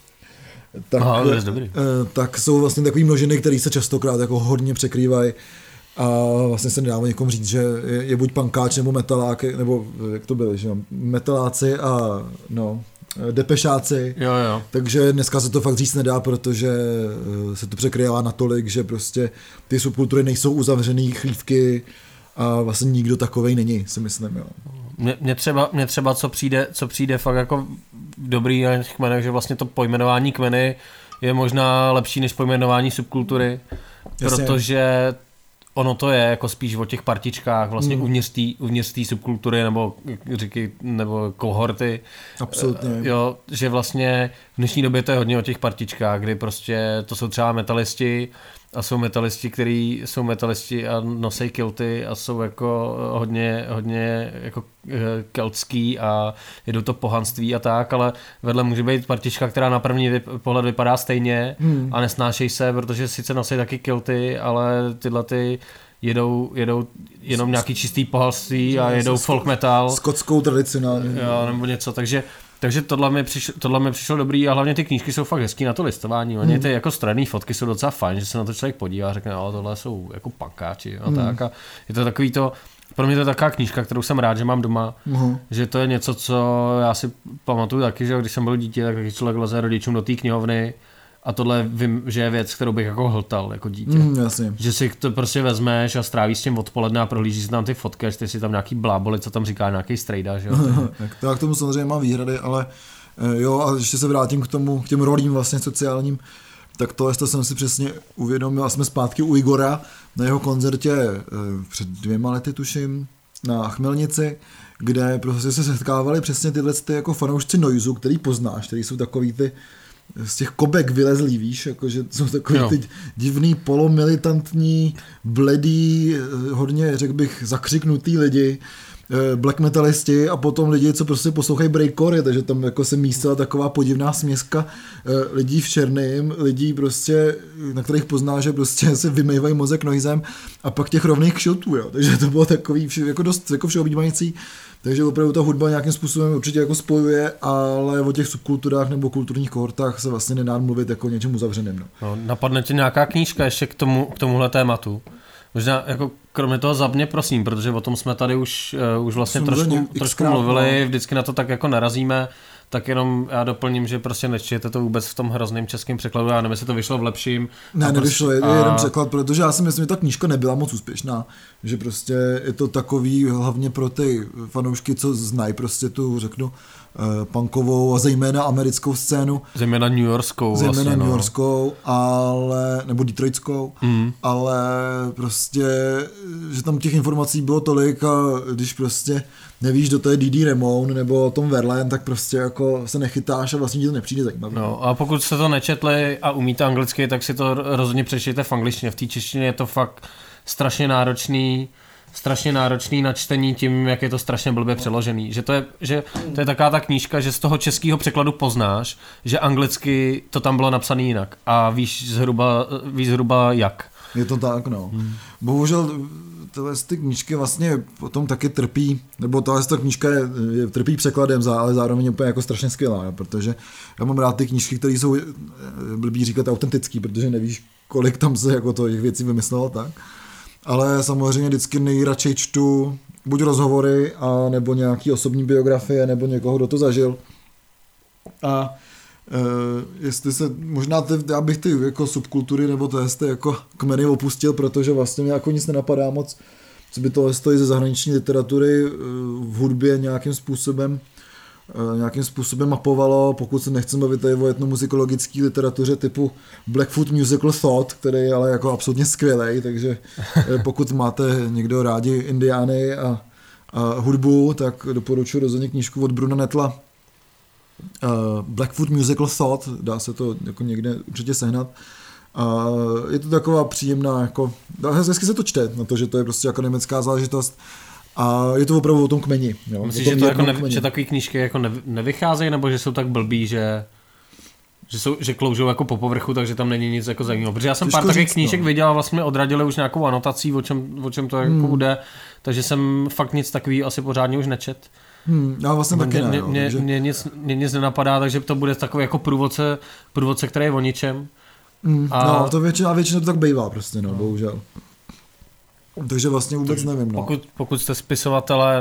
tak jsou vlastně takový množiny, které se častokrát jako hodně překrývají a vlastně se nedává někomu říct, že je buď punkáč nebo metalák, nebo jak to byly, že metaláci a depešáci, jo. Takže dneska se to fakt říct nedá, protože se to překrývá natolik, že prostě ty subkultury nejsou uzavřený chlívky a vlastně nikdo takovej není, si myslím, jo. Mně třeba co přijde fakt jako dobrý na těch kmenech, že vlastně to pojmenování kmeny je možná lepší než pojmenování subkultury, protože ono to je jako spíš o těch partičkách vlastně uvnitř té subkultury nebo kohorty. Absolutně. Jo, že vlastně v dnešní době to je hodně o těch partičkách, kdy prostě to jsou třeba metalisti a jsou metalisti, kteří jsou metalisti a nosej kilty a jsou jako hodně jako keltský a jedou to pohanství a tak, ale vedle může být partička, která na první pohled vypadá stejně a nesnášej se, protože sice nosej taky kilty, ale tyhle ty jedou jenom nějaký čistý pohanství a jedou folk metal. Skotskou tradicionální. Jo, nebo něco, takže tohle mi přišlo dobrý a hlavně ty knížky jsou fakt hezký na to listování. Oni ty jako strojený fotky jsou docela fajn, že se na to člověk podívá a řekne, ale tohle jsou jako punkáči a tak. A je to takový to, Pro mě to je taková knížka, kterou jsem rád, že mám doma, že to je něco, co já si pamatuju taky, že když jsem byl dítě, tak taky člověk leze rodičům do té knihovny a tohle vím, že je věc, kterou bych jako hltal jako dítě. Jasně. Že si to prostě vezmeš a strávíš s tím odpoledne a prohlížíš si tam ty fotky, až ty si tam nějaký bláboli, co tam říká, nějaký strejda, že jo. Tak to já k tomu samozřejmě mám výhrady, ale jo, a ještě se vrátím k těm rolím vlastně sociálním, tak tohle jsem si přesně uvědomil a jsme zpátky u Igora na jeho koncertě před 2 lety, tuším, na Chmelnici, kde prostě se setkávali přesně tyhle jako fanoušci Noizu, který poznáš, který jsou takový ty z těch kobek vylezlí, víš, jakože jsou takový ty divný, polomilitantní, bledý, hodně, řekl bych, zakřiknutý lidi, black metalisti a potom lidi, co prostě poslouchají breakcore, takže tam jako se místila taková podivná směska lidí v černým, lidí prostě, na kterých pozná, že prostě se vymývají mozek noizem a pak těch rovných kšiltů, jo, takže to bylo takový jako dost jako všeobjímající, takže opravdu ta hudba nějakým způsobem určitě jako spojuje, ale o těch subkulturách nebo kulturních kohortách se vlastně nedá mluvit jako něčem uzavřeným. No, napadne tě nějaká knížka ještě k tomuhle tématu? Možná jako kromě toho za mě prosím, protože o tom jsme tady už vlastně trošku mluvili, vždycky na to tak jako narazíme, tak jenom já doplním, že prostě nečtěte to vůbec v tom hrozném českém překladu, já nevím, jestli to vyšlo v lepším. Ne, nevyšlo, je jeden překlad, protože já si myslím, že ta knížka nebyla moc úspěšná, že prostě je to takový hlavně pro ty fanoušky, co znají prostě tu, řeknu, punkovou a zejména americkou scénu. Zejména newyorskou. Zejména newyorskou, ale, nebo detroitskou, ale prostě, že tam těch informací bylo tolik a když prostě nevíš, kdo to je D.D. Ramone nebo Tom Verlaine, tak prostě jako se nechytáš a vlastně ti to nepřijde zajímavé. No a pokud jste to nečetli a umíte anglicky, tak si to rozhodně přečtěte v angličtině. V té češtině je to fakt strašně náročný na čtení tím, jak je to strašně blbě přeložený. Že to je taková ta knížka, že z toho českého překladu poznáš, že anglicky to tam bylo napsané jinak a víš zhruba jak. Je to tak, no. Bohužel ty knížky vlastně potom taky trpí, nebo ta knížka trpí překladem, ale zároveň úplně jako strašně skvělá, protože já mám rád ty knížky, které jsou blbý říkat autentický, protože nevíš, kolik tam se jako to těch věcí vymyslelo, tak. Ale samozřejmě vždycky nejradši čtu buď rozhovory, a nebo nějaký osobní biografie, nebo někoho, kdo to zažil. A jestli se, možná já bych ty jako subkultury, nebo to jste jako kmeny opustil, protože vlastně mě jako nic nenapadá moc, co by to stojí ze zahraniční literatury v hudbě nějakým způsobem mapovalo, pokud se nechceme bavit tady o etnomuzikologické literatuře typu Blackfoot Musical Thought, který je ale jako absolutně skvělej, takže pokud máte někdo rádi indiány a hudbu, tak doporučuji rozhodně knížku od Bruna Nettla Blackfoot Musical Thought, dá se to jako někde určitě sehnat. A je to taková příjemná, jako, hezky se to čte, na to, že to je prostě akademická záležitost. A je to opravdu o tom kmeni. Jo? Myslíš, že, to jako že takové knížky jako nevycházejí, nebo že jsou tak blbý, že kloužou jako po povrchu, takže tam není nic jako zajímavého. Protože já jsem pár takových knížek viděl a vlastně odradili už nějakou anotací, o čem to jako bude, takže jsem fakt nic takový asi pořádně už nečet. Já vlastně taky ne. Mě nic nenapadá, takže to bude takový jako průvodce, který je o ničem. No, to většinou to tak bývá prostě, no, bohužel. Takže vlastně vůbec nevím. No. Pokud jste spisovatelé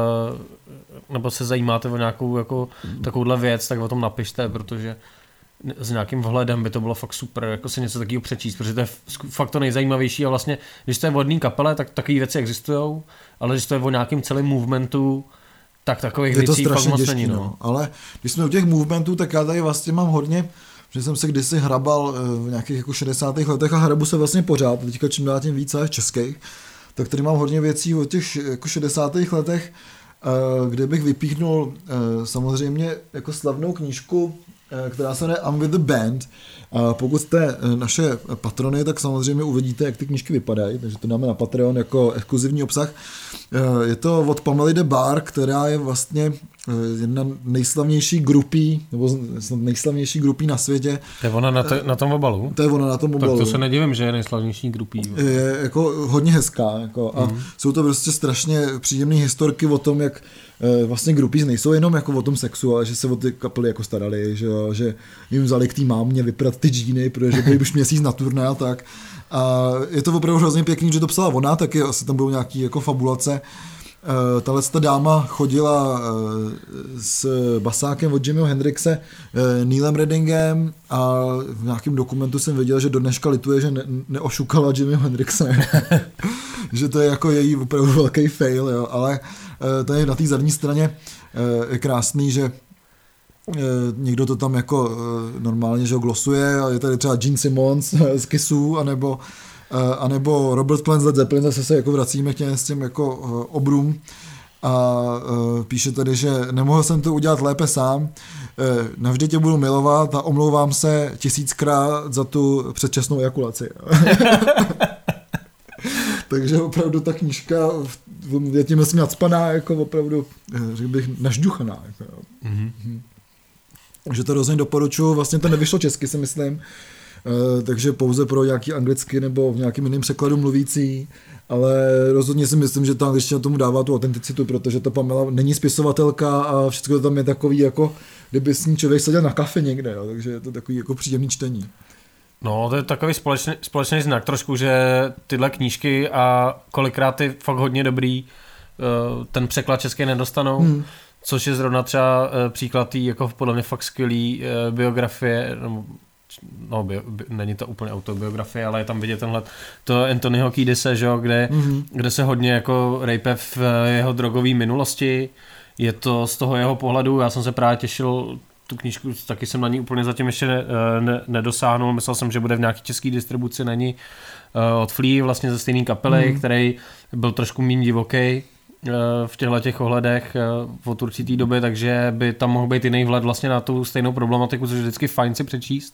nebo se zajímáte o nějakou jako takovouhle věc, tak o tom napište, protože s nějakým vhledem by to bylo fakt super, jako si něco takového přečíst, protože to je fakt to nejzajímavější a vlastně, když to je o jedné kapele, tak takové věci existují, ale když to je o nějakém celém movementu, tak takových věcí fakt moc není. No. Ale když jsme u těch movementů, tak já tady vlastně mám hodně, že jsem se kdysi hrabal v nějakých jako 60. letech a hrabu se vlastně pořád, teďka čím dál tím víc v českých, tak tady mám hodně věcí o těch jako 60. letech, kde bych vypíchnul samozřejmě jako slavnou knížku, která se jmenuje I'm with the Band. A pokud jste naše patrony, tak samozřejmě uvidíte, jak ty knížky vypadají, takže to dáme na Patreon jako exkluzivní obsah. Je to od Pamely de Bar, která je vlastně jedna nejslavnější grupí, nebo nejslavnější grupí na světě. To je ona na tom obalu? To je ona na tom obalu. Tak to se nedivím, že je nejslavnější grupí. Je jako hodně hezká. Jako, a jsou to prostě strašně příjemné historky o tom, jak vlastně grupí nejsou jenom jako o tom sexu, ale že se o ty kapely jako starali, že jo, jo, že jim vzali k té mámě vyprat ty džíny, protože byli už měsíc na turné a tak. A je to opravdu hrozně pěkný, že to psala ona, taky asi tam budou nějaký jako fabulace. Tato dáma chodila s basákem od Jimmyho Hendrixe, Neilem Reddingem, a v nějakém dokumentu jsem viděl, že do dneška lituje, že neošukala Jimmyho Hendrixe. Že to je jako její opravdu velký fail, jo. Ale tady na té zadní straně je krásný, že někdo to tam jako normálně, že ho glosuje, a je tady třeba Gene Simmons z Kissu, anebo Robert Plant z Led Zeppelin, zase se jako vracíme k těm jako obrům, a píše tady, že nemohl jsem to udělat lépe sám, navždy tě budu milovat a omlouvám se 1000krát za tu předčasnou ejakulaci. Takže opravdu ta knížka je tím vlastně nacpaná, jako opravdu, řekl bych, nažduchaná. Jako. Mm-hmm. Takže to rozhodně doporučuji, vlastně to nevyšlo česky, si myslím, takže pouze pro nějaký anglicky nebo v nějakým jiným překladu mluvící, ale rozhodně si myslím, že ta angličtina tomu dává tu autenticitu, protože ta Pamela není spisovatelka a všechno to tam je takový, jako kdyby s ní člověk seděl na kafe někde, jo, takže je to takový jako příjemný čtení. No, to je takový společný znak trošku, že tyhle knížky a kolikrát je fakt hodně dobrý, ten překlad český nedostanou, což je zrovna třeba příklad tý jako podle mě fakt skvělý biografie, není to úplně autobiografie, ale je tam vidět to Anthonyho Kiedise, že, kde se hodně jako rejpe v jeho drogové minulosti, je to z toho jeho pohledu, já jsem se právě těšil, tu knížku, taky jsem na ní úplně zatím ještě nedosáhnul, myslel jsem, že bude v nějaký český distribuci, není, od Flea, vlastně ze stejný kapely, který byl trošku méně divoký v těchto ohledech od určitý doby, takže by tam mohl být jiný vhled vlastně na tu stejnou problematiku, což je vždycky fajn si přečíst.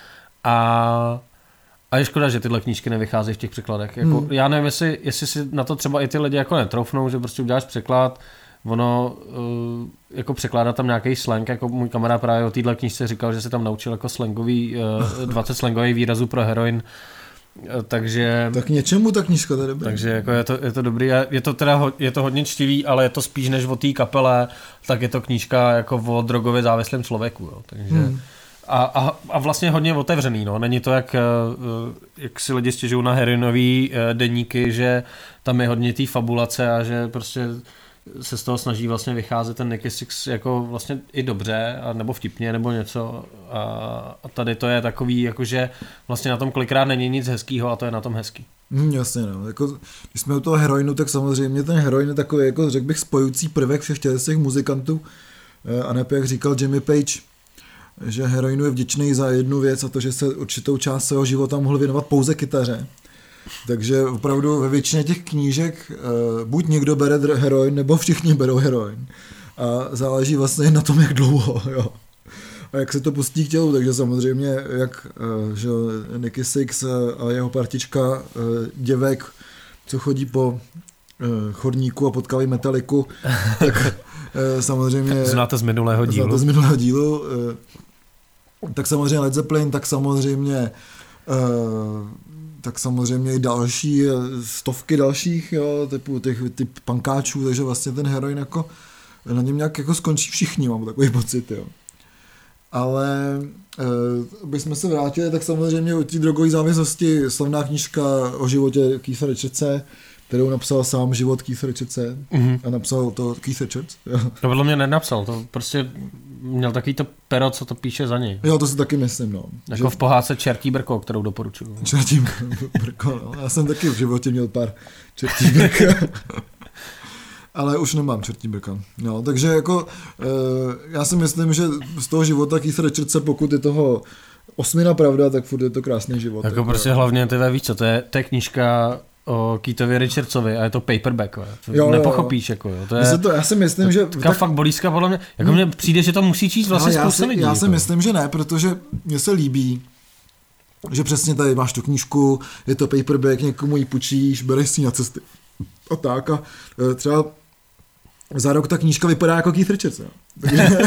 A je škoda, že tyhle knížky nevycházejí v těch překladech. Jako, já nevím, jestli si na to třeba i ty lidi jako netroufnou, že prostě uděláš překlad, ono jako překládá tam nějaký slang, jako můj kamarád právě o téhle knížce říkal, že se tam naučil jako 20 slangových výrazů pro heroin, takže... Tak něčemu ta knížka to je dobrý. Takže jako je to dobrý, je to hodně čtivý, ale je to spíš než o té kapele, tak je to knížka jako o drogově závislém člověku, jo, takže... A vlastně hodně otevřený, no. Není to jak si lidi stěžují na heroinový deníky, že tam je hodně té fabulace a že prostě se z toho snaží vlastně vycházet ten Nikki Sixx jako vlastně i dobře, nebo vtipně, nebo něco. A tady to je takový, jakože vlastně na tom kolikrát není nic hezkýho a to je na tom hezký. Jasně, no. Jako, když jsme u toho heroinu, tak samozřejmě ten heroin je takový, jako řekl bych, spojující prvek všech těch muzikantů. A ne, jak říkal Jimmy Page, že heroinu je vděčný za jednu věc, a to, že se určitou část svého života mohl věnovat pouze kytaře. Takže opravdu ve většině těch knížek buď někdo bere heroin, nebo všichni berou heroin. A záleží vlastně na tom, jak dlouho. Jo. A jak se to pustí k tělu, takže samozřejmě, jak že Nikki Sixx a jeho partička děvek, co chodí po chodníku a potkávají Metaliku, tak samozřejmě... Znáte z minulého dílu. Tak samozřejmě Led Zeppelin, tak samozřejmě i další, stovky dalších, jo, typ punkáčů, takže vlastně ten heroin jako na něm nějak jako skončí všichni, mám takový pocit, jo. Ale bychom se vrátili, tak samozřejmě o té drogové závislosti slavná knížka o životě Keitha Richardse, kterou napsal sám život Keith Richardse a napsal to Keith Richards. Jo. To podle mě nenapsal, to prostě měl takový to pero, co to píše za něj. Jo, to si taky myslím, no. Jako v pohádce Čertí brko, kterou doporučuju. Čertí brko, no. Já jsem taky v životě měl pár čertí brka. Ale už nemám čertí brka. No, takže jako já si myslím, že z toho života Keith Richardse, pokud je toho 8 pravda, tak furt je to krásný život. Jako prostě hlavně ty víš co, to je knížka o Keithovi Richardsovi a je to paperback, jo. Nepochopíš, jako jo. To je, já si myslím, že... Tak fakt bolízka, podle mě, jako mně přijde, že to musí číst vlastně spousta lidí. Já si myslím, že ne, protože mně se líbí, že přesně tady máš tu knížku, je to paperback, někomu ji půjčíš, bereš si na cesty a tak a třeba za rok ta knížka vypadá jako Keith Richards, jo.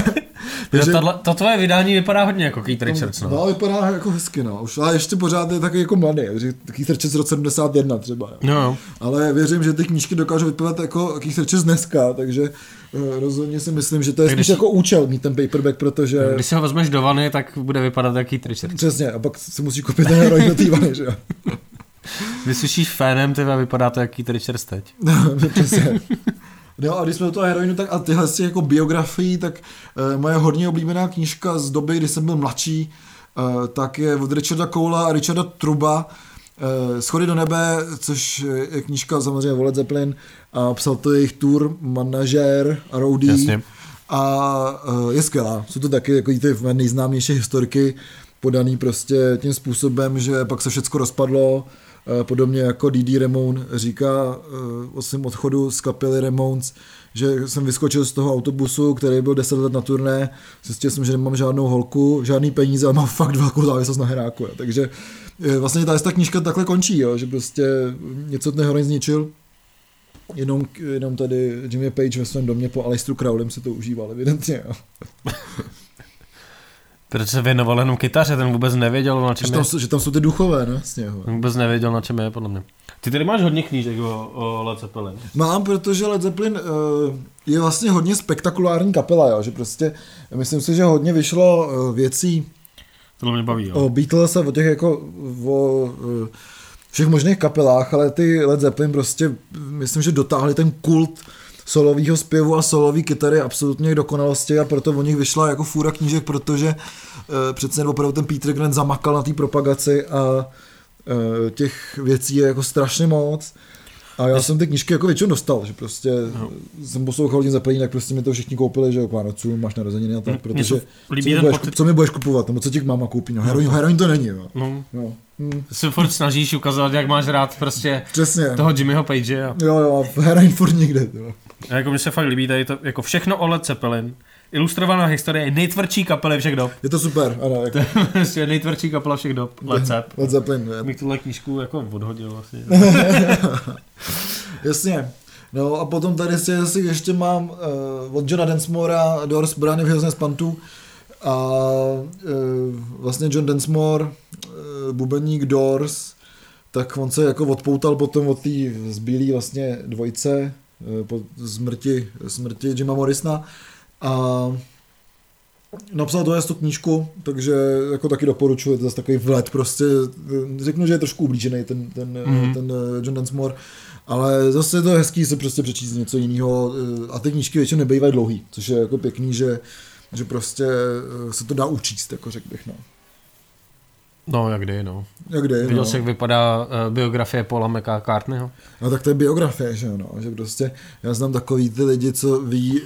To tvoje vydání vypadá hodně jako Keith Richards, no. No, vypadá jako hezky, no. Už, ale ještě pořád je taky jako mladý, že Keith Richards z roku 71 třeba. No. Ale věřím, že ty knížky dokážou vypadat jako Keith Richards dneska, takže rozhodně si myslím, že to je spíš jako účel mít ten paperback, protože... Když si ho vezmeš do vany, tak bude vypadat jako Keith Richards. Přesně, a pak si musíš koupit ten heroin do té vany, že jo. Vysušíš fénem, a vypadá to jak Keith Richards teď. Přesně. No a když jsme do toho heroinu, tak a tyhle jako biografii, tak moje hodně oblíbená knížka z doby, kdy jsem byl mladší, tak je od Richarda Cola a Richarda Truba, Schody do nebe, což je knížka samozřejmě o Led Zeppelin, a psal to jejich tour manažér a roadie. Jasně. A je skvělá. Jsou to taky jako ty nejznámější historky, podaný prostě tím způsobem, že pak se všecko rozpadlo. Podobně jako Didi Ramone říká o svém odchodu z kapely Ramones, že jsem vyskočil z toho autobusu, který byl 10 let na turné, zjistil jsem, že nemám žádnou holku, žádný peníze, ale mám fakt velkou závislost na heráku. Takže vlastně ta knížka takhle končí, jo, že prostě něco ten heroin zničil, jenom tady Jimmy Page ve svém domě po Aleisteru Crowleym si to užíval, evidentně. Jo. Protože se věnoval jenom kytaře, ten vůbec nevěděl, na čem je. Že tam jsou ty duchové, ne? Vlastně, ten vůbec nevěděl, na čem je, podle mě. Ty tady máš hodně knížek o Led Zeppelin. Mám, protože Led Zeppelin je vlastně hodně spektakulární kapela, jo? Že prostě, myslím si, že hodně vyšlo věcí tohle mě baví, jo. O Beatles a o těch jako o všech možných kapelách, ale ty Led Zeppelin prostě, myslím, že dotáhli ten kult solovýho zpěvu a solový kytary absolutně k dokonalosti a proto o nich vyšla jako fůra knížek, protože přece opravdu ten Peter Grant zamakal na té propagaci a těch věcí je jako strašně moc. A já jsem ty knížky jako většinou dostal, že prostě jsem poslouchal hodně Zeppelin, tak prostě mi to všichni koupili, že jo, k Vánocům máš narozeniny a tak, protože co mi budeš kupovat, nebo co ti máma koupí, no heroin to není, jo. No. Se furt snažíš ukazovat, jak máš rád prostě přesně toho Jimmyho Page. Jo, heroin furt nikde. Jo. A jako mi se fakt líbí tady to, jako všechno o Led Zeppelin, ilustrovaná historie nejtvrdší kapely všech dob. Je to super, ano. Jako. To je nejtvrdší kapela všech dob, Led Zeppelin. Bych tuhle knížku jako odhodil vlastně. Jasně. No a potom tady si ještě mám od Johna Densmora Doors Brány v Hvězdné z Pantu a vlastně John Densmore, bubeník Doors, tak on se jako odpoutal potom od té zbylé vlastně dvojce po smrti Jima Morrisona a napsal tu knížku, takže jako taky doporučuji, je to zase takový vlet prostě, řeknu, že je trošku ublížený ten John Densmore, ale zase je to hezký se prostě přečíst něco jiného a ty knížky většinou nebývají dlouhý, což je jako pěkný, že prostě se to dá učíst, jako řekl bych, no. No, jak kdy, no. Viděl jsi, jak vypadá biografie Paula McCartneyho? No, tak to je biografie, že jo, no, že prostě já znám takový ty lidi, co ví,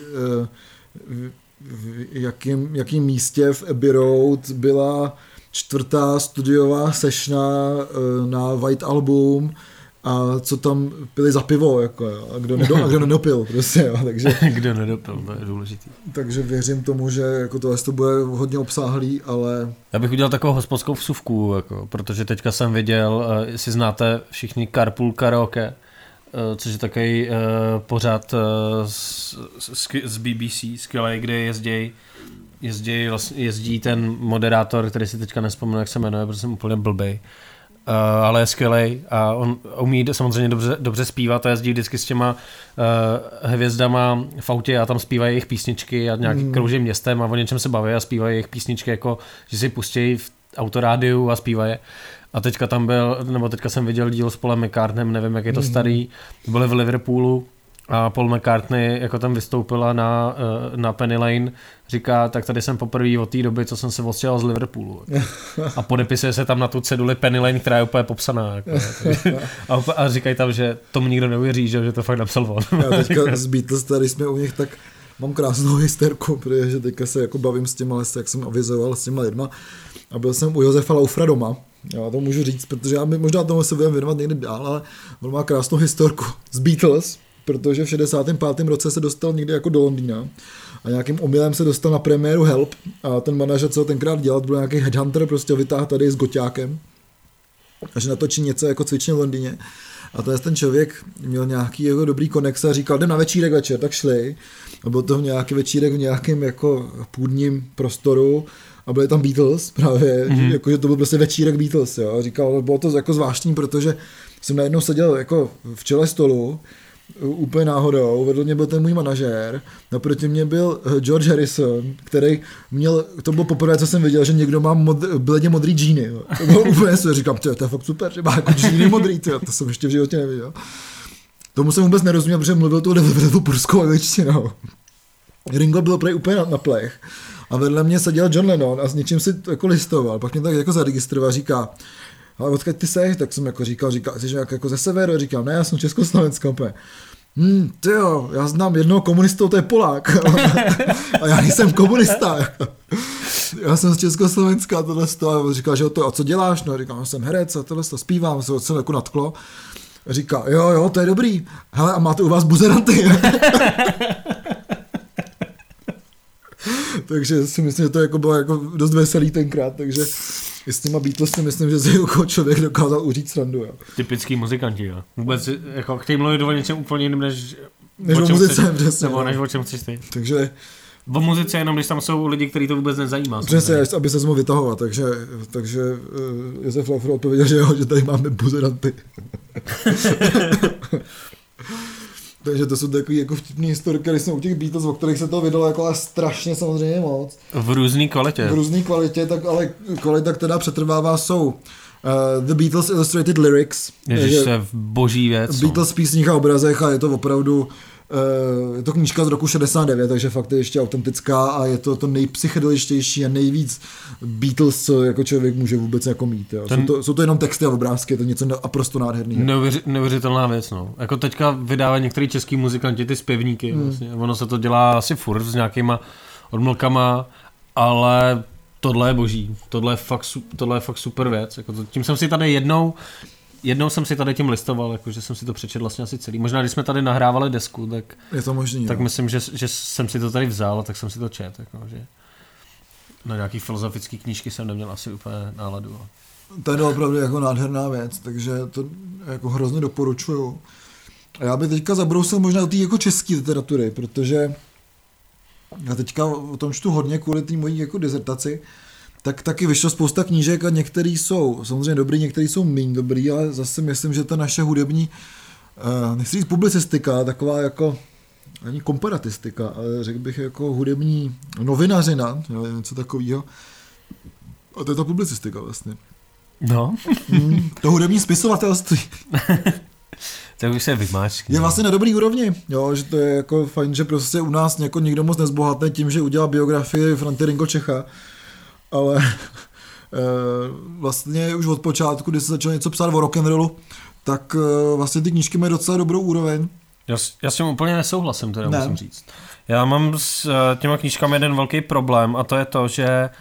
v jakým místě v Abbey Road byla 4. studiová sešna na White Album a co tam pili za pivo, jako, a kdo nedopil, prostě, jo, takže... Kdo nedopil, to je důležitý. Takže věřím tomu, že jako to bude hodně obsáhlý, ale... Já bych udělal takovou hospodskou vsuvku, jako, protože teďka jsem viděl, jestli znáte všichni Carpool Karaoke, což je takový pořad z BBC, skvělej, kde jezdí ten moderátor, který si teďka nespomenu, jak se jmenuje, protože jsem úplně blbej. Ale je skvělej a on umí samozřejmě dobře zpívat a jezdí vždycky s těma hvězdama v autě a tam zpívají jejich písničky a nějaký krouží městem a o něčem se baví a zpívají jejich písničky, jako že si pustí v autorádiu a zpívají. A teďka jsem viděl díl s Paulem McCartneym, nevím, jak je to starý, byli v Liverpoolu a Paul McCartney jako tam vystoupila na Penny Lane, říká, tak tady jsem poprvé od té doby, co jsem se odstěhoval z Liverpoolu. A podepisuje se tam na tu ceduli Penny Lane, která je úplně popsaná. Jako. A říkají tam, že tomu nikdo neuvěří, že to fakt napsal on. Já teďka z Beatles, tady jsme u nich, tak mám krásnou hysterku, protože teďka se jako bavím s těma, jak jsem avizoval s těma lidma. A byl jsem u Josefa Laufra doma. Já to můžu říct, protože já možná tomu se budeme věnovat někdy dál, ale on má krásnou historku z Beatles, protože v 65. roce se dostal někde jako do Londýna a nějakým omylem se dostal na premiéru Help a ten manažer, co ho tenkrát dělal, byl nějaký headhunter, prostě vytáhl tady s goťákem, až natočí něco jako cvičně v Londýně A to je ten člověk měl nějaký jako dobrý konexe a říkal, jdem na večírek večer, tak šli. A byl to nějaký večírek v nějakém jako půdním prostoru a byli tam Beatles právě, jakože to byl prostě večírek Beatles, jo. A říkal, bylo to jako zvláštní, protože jsem najednou seděl jako v čele stolu, úplně náhodou, vedle mě byl ten můj manažér, naproti mě byl George Harrison, který měl, to bylo poprvé, co jsem viděl, že někdo má bledě modrý džíny, jo. To bylo úplně super, říkám, to je fakt super, že má jako džíny modrý, to jsem ještě v životě neviděl. Tomu jsem vůbec nerozuměl, protože mluvil tu purskou angličtinou. Ringo byl úplně na plech a vedle mě seděl John Lennon a s něčím si jako listoval, pak mě tak jako zaregistroval, říká, ale odkud ty seš, tak jsem jako říkal, jsi jako ze severu, říkám, ne, já jsem Československa, úplně. Tyjo, já znám jednoho komunistu, to je Polák. A já nejsem komunista. Já jsem z Československa a tohle a říkal, že to, a co děláš? No, říkám, jsem herec a tohle zpívám, se jako natklo. A říká, jo, to je dobrý. Hele, a máte u vás buzeranty? Takže si myslím, že to jako bylo jako dost veselý tenkrát, takže i s těma Beatles si myslím, že si jako člověk dokázal uříct srandu. Jo. Typický muzikanti, jo. Vůbec jako chtějí mluvit o něčem úplně jiným, než o muzice, přesně. Nebo než o čem chceš ty. Takže o muzice jenom, když tam jsou lidi, kteří to vůbec nezajímá. Přesně, aby se mohl vytahovat, takže Josef Laufer odpověděl, že jo, že tady máme buzeranty. Takže to jsou takový jako vtipný historiky, když jsme u těch Beatles, o kterých se to vydalo jako strašně samozřejmě moc. V různé kvalitě. V různé kvalitě, tak ale kvalita, která přetrvává, jsou The Beatles Illustrated Lyrics. Ježiš, to je boží věc. Beatles v písních a obrazech a je to opravdu je to knížka z roku 69, takže fakt je ještě autentická a je to nejpsychedeličtější a nejvíc Beatles, co jako člověk může vůbec jako mít. Jo. Jsou to jenom texty a obrázky, je to něco naprosto nádherného. Neuvěřitelná věc, no. Jako teďka vydávají některý český muzikanti ty zpěvníky, vlastně. Ono se to dělá asi furt s nějakýma odmlkama, ale tohle je boží, tohle je fakt super věc. Jako tím jsem si tady jednou jsem si tady tím listoval, jakože jsem si to přečetl vlastně asi celý. Možná, když jsme tady nahrávali desku, tak je to možný, tak jo. Myslím, že jsem si to tady vzal a tak jsem si to čet. Jako, že na nějaký filozofický knížky jsem neměl asi úplně náladu. To je opravdu jako nádherná věc, takže to jako hrozně doporučuju. A já bych teďka zabrousil možná do té jako české literatury, protože já teďka o tom čtu hodně kvůli té mojí jako dizertaci, tak taky vyšlo spousta knížek a některý jsou samozřejmě dobrý, některý jsou méně dobrý, ale zase myslím, že ta naše hudební, nechci říct publicistika, taková jako, ani komparatistika, ale řekl bych jako hudební novinařina, něco takového. A to je ta publicistika vlastně. No. To hudební spisovatelství. To už se vymáčkne. Je vlastně na dobrý úrovni, jo, že to je jako fajn, že prostě u nás jako nikdo moc nezbohatne tím, že udělá biografii Franty Ringo Čecha, ale vlastně už od počátku, kdy se začal něco psát o rock'n'rollu, tak vlastně ty knížky mají docela dobrou úroveň. Já s tím úplně nesouhlasím, teda musím říct. Já mám s těma knížkami jeden velký problém a to je to, že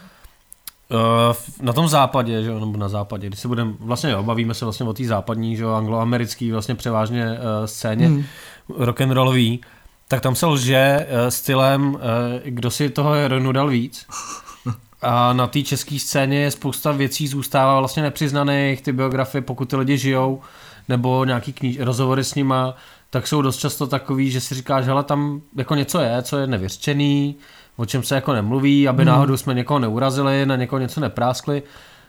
na tom západě, že, nebo na západě, když se budeme, vlastně bavíme se vlastně o té západní, že, angloamerický vlastně převážně scéně rock'n'rollový, tak tam se lže stylem, kdo si toho heroinu dal víc. A na té české scéně spousta věcí zůstává vlastně nepřiznaných, ty biografie, pokud ty lidi žijou, nebo nějaký rozhovory s nima, tak jsou dost často takový, že si říkáš, hele, tam jako něco je, co je nevyřčený, o čem se jako nemluví, aby náhodou jsme někoho neurazili, na někoho něco nepráskli.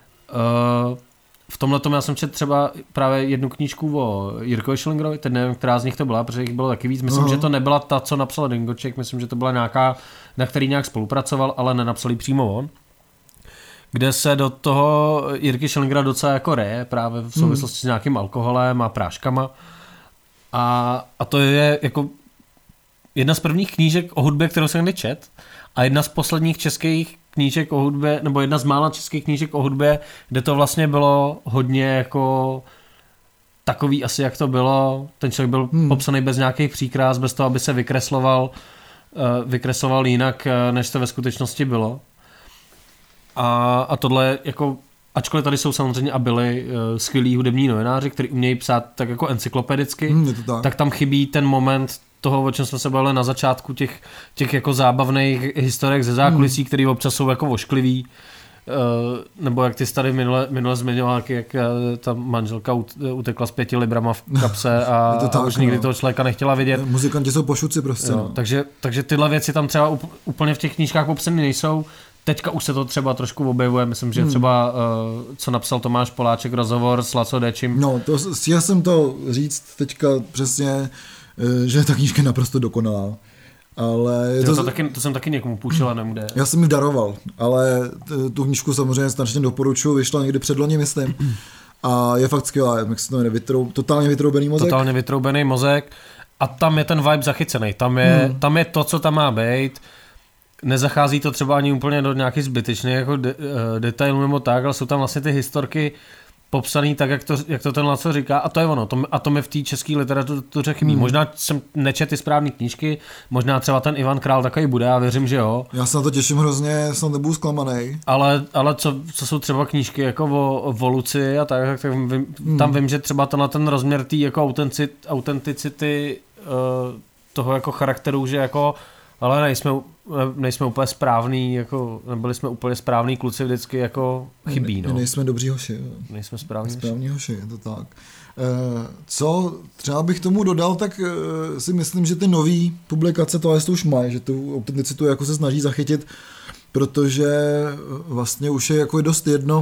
V tomhletom já jsem četl třeba právě jednu knížku o Jirkovi Schillingerovi, teď nevím, která z nich to byla, protože jich bylo taky víc. Myslím, že to nebyla ta, co napsal Ringoček, myslím, že to byla nějaká, na který nějak spolupracoval, ale nenapsal ji přímo on. Kde se do toho Jirky Schillingera docela jako reje, právě v souvislosti s nějakým alkoholem a práškama. A to je jako jedna z prvních knížek o hudbě, kterou jsem kdy čet, a jedna z posledních českých knížek o hudbě, nebo jedna z mála českých knížek o hudbě, kde to vlastně bylo hodně jako takový asi, jak to bylo. Ten člověk byl popsaný bez nějakých příkrás, bez toho, aby se vykresloval jinak, než to ve skutečnosti bylo. A tohle jako, ačkoliv tady jsou samozřejmě a byli skvělí hudební novináři, kteří umějí psát tak jako encyklopedicky, tak tam chybí ten moment toho, o čem jsme se bavili na začátku, těch jako zábavných historiek ze zákulisí, které občas jsou jako ošklivý, nebo jak ty jsi tady minule zmiňoval, jak ta manželka utekla s 5 librama v kapse a už nikdy toho člověka nechtěla vidět. Muzikanti jsou pošuci prostě. No. Takže tyhle věci tam třeba úplně v těch knížkách popsané nejsou. Teďka už se to třeba trošku objevuje, myslím, že třeba, co napsal Tomáš Poláček, rozhovor s Laco Dečím. No, já jsem to říct teďka přesně, že ta knížka je naprosto dokonalá. Ale to jsem taky někomu půjčil a nemude. Já jsem ji daroval, ale tu knížku samozřejmě strašně doporučuji, vyšla někdy předloni, myslím. A je fakt skvělá, jak se to jmenuje, totálně vytroubený mozek. Totálně vytroubený mozek a tam je ten vibe zachycený, tam je to, co tam má být. Nezachází to třeba ani úplně do nějakých zbytečných jako detailů nebo tak, ale jsou tam vlastně ty historky popsaný tak, jak to ten Laco říká, a to je ono. A to mi v té české literatuře chybí. Možná jsem nečet ty správné knížky, možná třeba ten Ivan Král takový bude, já věřím, že jo. Já se na to těším hrozně, snad nebudu zklamanej. Ale co jsou třeba knížky jako o Luci a tak tam vím, že třeba ten rozměr té jako autenticity toho jako charakteru, že jako ale nejsme úplně správný, jako nebyli jsme úplně správný kluci vždycky jako chybí, no. Nejsme dobří hoši. Nejsme správní hoši, je to tak. Co třeba bych tomu dodal, tak si myslím, že ty nový publikace to už mají, že tu autenticitu jako se snaží zachytit, protože vlastně už je jako dost jedno,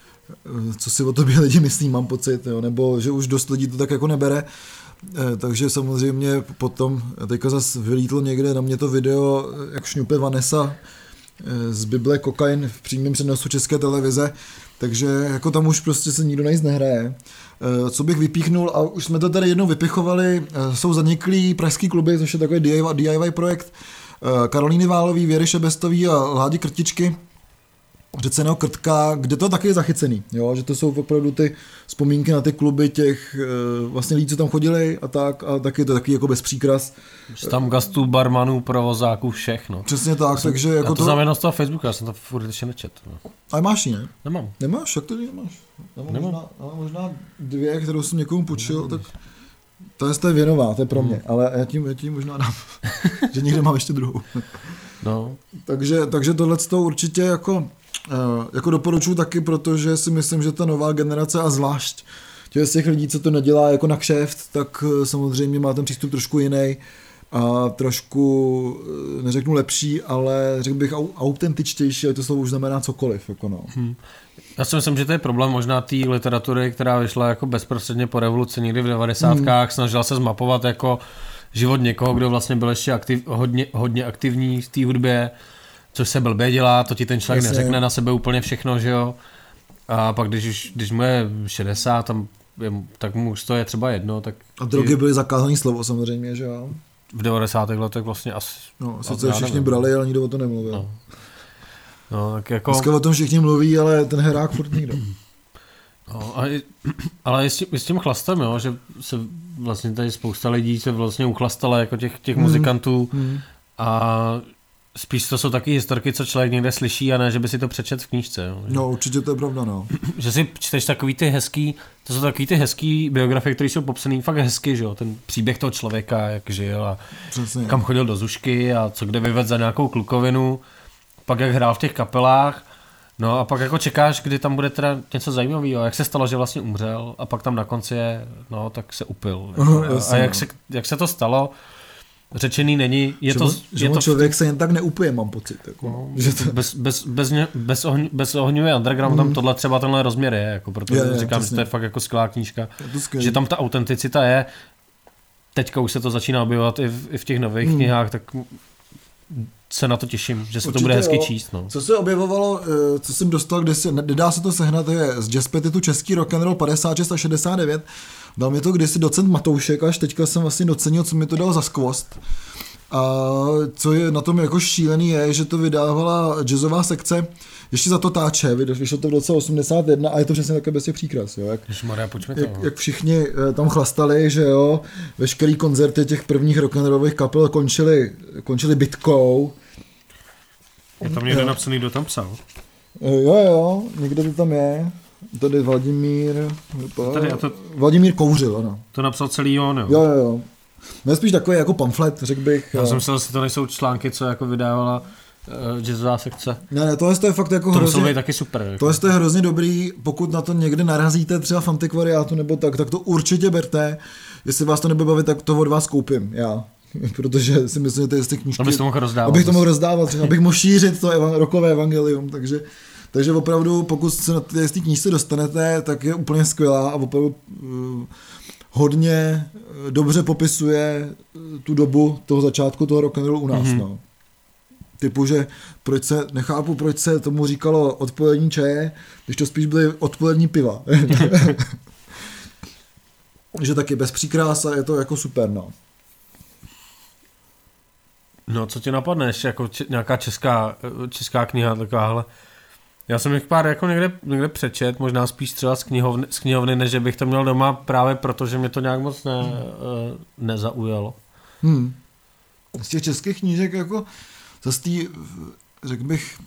co si o tobě lidi myslí, mám pocit, jo? Nebo že už dost lidí to tak jako nebere. Takže samozřejmě potom, teďka zase vylítlo někde na mě to video, jak šňupe Vanessa z Bible Kokain v přímém přenosu České televize, takže jako tam už prostě se nikdo najíst nehraje. Co bych vypíchnul, a už jsme to tady jednou vypichovali, jsou zaniklý pražský kluby, což je takový DIY projekt Karolíny Válový, Věry Šebestový a Ládi Krtičky, Řeceného Krtka, kde to taky je zachycený, jo? Že to jsou opravdu ty vzpomínky na ty kluby těch vlastně lidí, co tam chodili a taky to taky jako bez příkras. Tam gastů, barmanů, provozáků, všechno. Přesně tak, takže jako to znamená z toho Facebooku, já jsem to furt ještě nečet. No. Ale máš ji, ne? Nemám. Nemáš? Jak to nemáš? Možná 2, kterou jsem někomu půjčil, tak to je věnová, to je pro mě, ale já tím možná dám, že někde mám ještě druhou. No. Takže tohleto určitě jako doporučuji taky, protože si myslím, že ta nová generace a zvlášť těch z těch lidí, co to nedělá jako na kšeft, tak samozřejmě má ten přístup trošku jiný a trošku, neřeknu lepší, ale řekl bych autentičtější, ale to slovo už znamená cokoliv. Jako no. Já si myslím, že to je problém možná té literatury, která vyšla jako bezprostředně po revoluci někdy v 90. Snažila se zmapovat jako život někoho, kdo vlastně byl ještě hodně aktivní v té hudbě, což se blbě dělá, to ti ten člověk neřekne na sebe úplně všechno, že jo. A pak když mu je 60, tak mu už to je třeba jedno. Tak a drogy byly zakázaný slovo samozřejmě, že jo. V 90. letech vlastně asi. No, sice všichni brali, ale nikdo o to nemluvil. No, tak jako... Dneska o tom všichni mluví, ale ten herák furt nikdo. No, ale s tím chlastem, jo, že se vlastně tady spousta lidí se vlastně uchlastala jako těch muzikantů a spíš to jsou taky historky, co člověk někde slyší a ne, že by si to přečet v knížce. Jo. No určitě to je pravda, no. Že si čteš takový ty hezký, to jsou takový ty hezký biografie, které jsou popsaný fakt hezky, že jo, ten příběh toho člověka, jak žil a přesně, kam chodil do Zušky a co kde vyvedl za nějakou klukovinu, pak jak hrál v těch kapelách. No a pak jako čekáš, kdy tam bude teda něco zajímavého, jak se stalo, že vlastně umřel a pak tam na konci je, no tak se upil. A jak se to stalo, řečený není. Člověk se jen tak neupije, mám pocit. Jako, no, že to... bez ohňuje underground tam tohle třeba tenhle rozměr je, jako, protože říkám, že to je fakt jako skvělá knížka. Že tam ta autenticita je, teďka už se to začíná objevovat i v těch nových knihách, tak se na to těším, že se určitě to bude hezky číst. No. Co se objevovalo, co jsem dostal, nedá se to sehnat, je z Jazz Petitu Český rock and roll 56 a 69. Dal mi to kdysi docent Matoušek, až teďka jsem vlastně docenil, co mi to dal za skvost. A co je na tom jako šílený je, že to vydávala jazzová sekce ještě za to táče, vyšlo to v roce 81 a je to přesně také bez těch příkras. Jo? Jak všichni tam chlastali, že jo, veškerý koncerty těch prvních rock'n'rollových kapel končili bitkou. Je tam někde napsaný, kdo tam psal? Jo, někde to tam je. Tady Vladimír Kouřil, ano. To napsal celý on, jo? Jo. No je spíš takový jako pamflet, řekl bych. Já jsem myslel, že to nejsou články, co jako vydávala jazzová sekce. Ne, tohle je fakt jako hrozně... To musí být taky super. Jako. Tohle je hrozně dobrý, pokud na to někde narazíte třeba v antikvariátu nebo tak to určitě berte. Jestli vás to nebude bavit, tak to od vás koupím já. Protože si myslím, že ty knížky... Abych to mohl rozdávat. Abych to mohl rozdávat, třeba, abych mohl šířit to rokové evangelium, takže opravdu, pokud se na té knížce dostanete, tak je úplně skvělá a opravdu hodně dobře popisuje tu dobu toho začátku toho rock'n'rollu u nás. No. Typu, že nechápu, proč se tomu říkalo odpolední čaje, když to spíš byly odpolední piva. Že taky bez příkrás a je to jako super, no. No, co ti napadne ještě jako nějaká česká kniha takováhle? Já jsem jich pár jako někde přečet, možná spíš třeba z knihovny, než že bych to měl doma právě proto, že mě to nějak moc nezaujalo. Z těch českých knížek jako zase tý, řekl bych,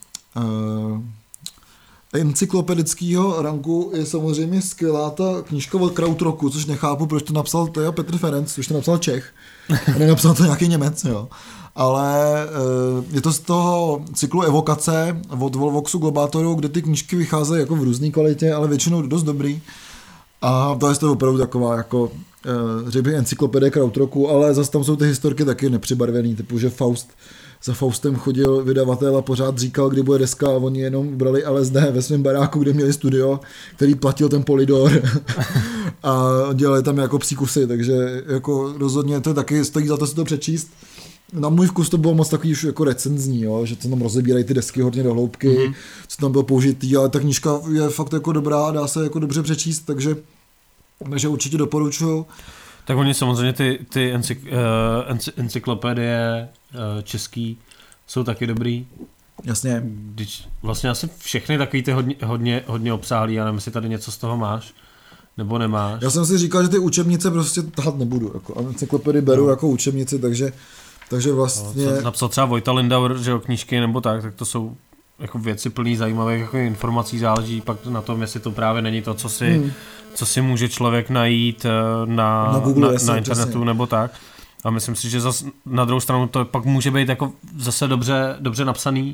encyklopedického ranku je samozřejmě skvělá ta knížka od Krautroku, což nechápu, proč to napsal Petr Ferenc, což to napsal Čech, a nenapsal to nějaký Němec, jo. Ale je to z toho cyklu Evokace od Volvoxu Globatoru, kde ty knížky vycházejí jako v různé kvalitě, ale většinou dost dobrý. A to je opravdu taková jako, řekl bych, encyklopedie Krautroku, ale zase tam jsou ty historky taky nepřibarvený, typu, že za Faustem chodil vydavatel a pořád říkal, kdy bude deska a oni jenom brali LSD ve svém baráku, kde měli studio, který platil ten Polydor a dělali tam jako psí kusy, takže jako rozhodně to taky stojí za to si to přečíst. Na můj vkus to bylo moc takový už jako recenzní, jo? Že to tam rozebírají ty desky hodně do hloubky, co tam bylo použitý, ale ta knížka je fakt jako dobrá a dá se jako dobře přečíst, takže určitě doporučuju. Tak oni samozřejmě ty encyklopedie český jsou taky dobrý. Jasně. Vlastně asi všechny takový ty hodně obsáhlý, já nevím, jestli tady něco z toho máš, nebo nemáš. Já jsem si říkal, že ty učebnice prostě tahat nebudu, jako encyklopedii beru jako učebnici, takže vlastně... Napsal třeba Vojta Lindauer, že o knížky nebo tak to jsou jako věci plný zajímavých jako informací, záleží pak na tom, jestli to právě není to, co si může člověk najít na internetu přesně. Nebo tak. A myslím si, že zase na druhou stranu to pak může být jako zase dobře napsaný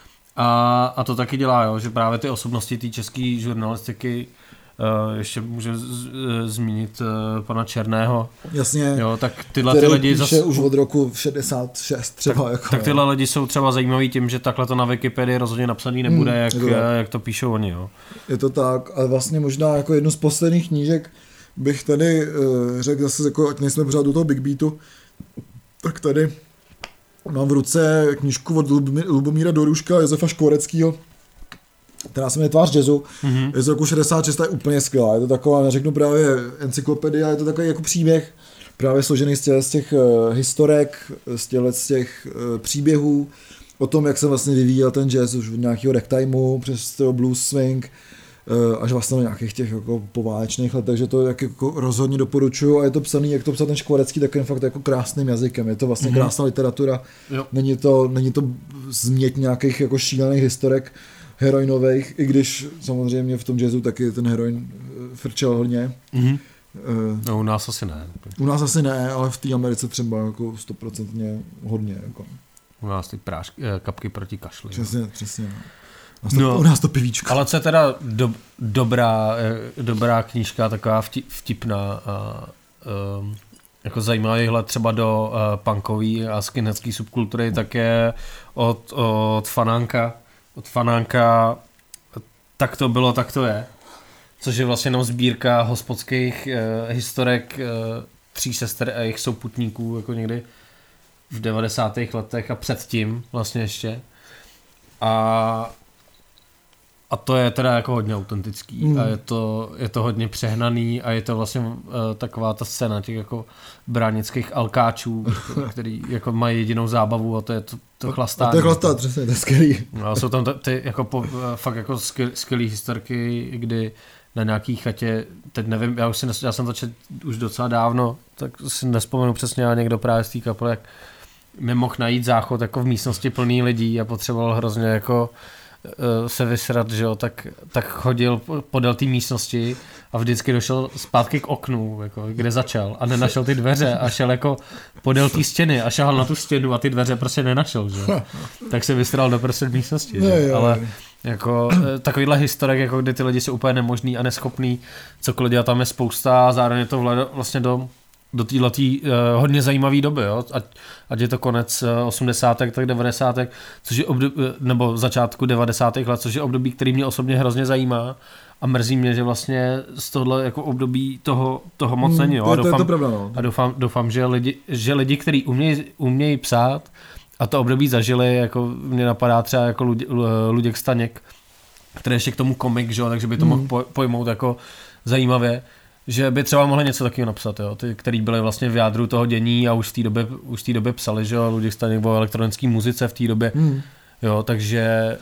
a to taky dělá, jo, že právě ty osobnosti té české žurnalistiky, ještě můžeme zmínit pana Černého. Jasně. Jo, tak tyhle ty lidi zase už od roku 66 třeba. Tak tyhle lidi jsou třeba zajímaví tím, že takhle to na Wikipedii rozhodně napsaný nebude, jak to píšou oni. Jo. Je to tak, ale vlastně možná jako jednu z posledních knížek bych tady řekl zase, jako, ať nejsme pořád do toho Big Beatu, tak tady mám v ruce knížku od Lubomíra Doruška a Josefa Škvoreckýho, která se jmenuje Tvář jazzu, je z roku 66, je úplně skvělá, je to taková, neřeknu právě encyklopedie, ale je to takový jako příběh, právě složený z těch historek, z těch příběhů, o tom, jak se vlastně vyvíjel ten jazz už od nějakého ragtimeu přes toho blues swing, až vlastně do nějakých těch jako poválečných let, takže to jako rozhodně doporučuju a je to psaný, jak to psal ten Škvorecký, takovým fakt jako krásným jazykem, je to vlastně krásná literatura, není to změť nějakých jako šílených historek heroinových, i když samozřejmě v tom jazzu taky ten heroin frčel hodně. No, u nás asi ne. U nás asi ne, ale v té Americe třeba jako 100% hodně. Jako. U nás ty kapky proti kašli. Přesně. U nás to pivíčko. Ale co je teda dobrá knížka, taková vtipná a jako zajímavý hled třeba do punkový a skinheadský subkultury, tak je od Fanánka Tak to bylo, tak to je. Což je vlastně jenom sbírka hospodských historek tří sester a jejich souputníků jako někdy v 90. letech a předtím vlastně ještě. A to je teda jako hodně autentický a je to hodně přehnaný a je to vlastně taková ta scéna těch jako bránických alkáčů, který jako mají jedinou zábavu a to je to chlastání. A to je chlastání, přesně, to je skvělý. No, jsou tam ty jako fakt jako skvělý historky, kdy na nějaký chatě, teď nevím, já jsem to četl už docela dávno, tak si nespomenu přesně, ale někdo právě z té kapely, jak nemohl najít záchod jako v místnosti plný lidí a potřeboval hrozně jako se vysrat, že jo, tak chodil podél té místnosti a vždycky došel zpátky k oknu, jako, kde začal a nenašel ty dveře a šel jako podél té stěny a šahal na tu stěnu a ty dveře prostě nenašel, že jo. Tak se vysral do prostě místnosti, že? Ale jako takovýhle historek, jako kdy ty lidi jsou úplně nemožný a neschopný, cokoliv dělat tam je spousta a zároveň je to vlastně do této hodně zajímavé doby, jo? Ať je to konec 80. tak 90. což je nebo začátku 90. let, což je období, který mě osobně hrozně zajímá a mrzí mě, že vlastně z tohle jako období toho moc není. Jo? A doufám, že lidi, kteří umějí psát a to období zažili, jako mě napadá třeba jako Luděk Staněk, který ještě k tomu komik, že? Takže by to mohl pojmout jako zajímavě, že by třeba mohli něco takového napsat, jo? Ty, který byli vlastně v jádru toho dění a už v té době psali, že jo, Luděk Staněk o elektronické muzice v té době, jo, takže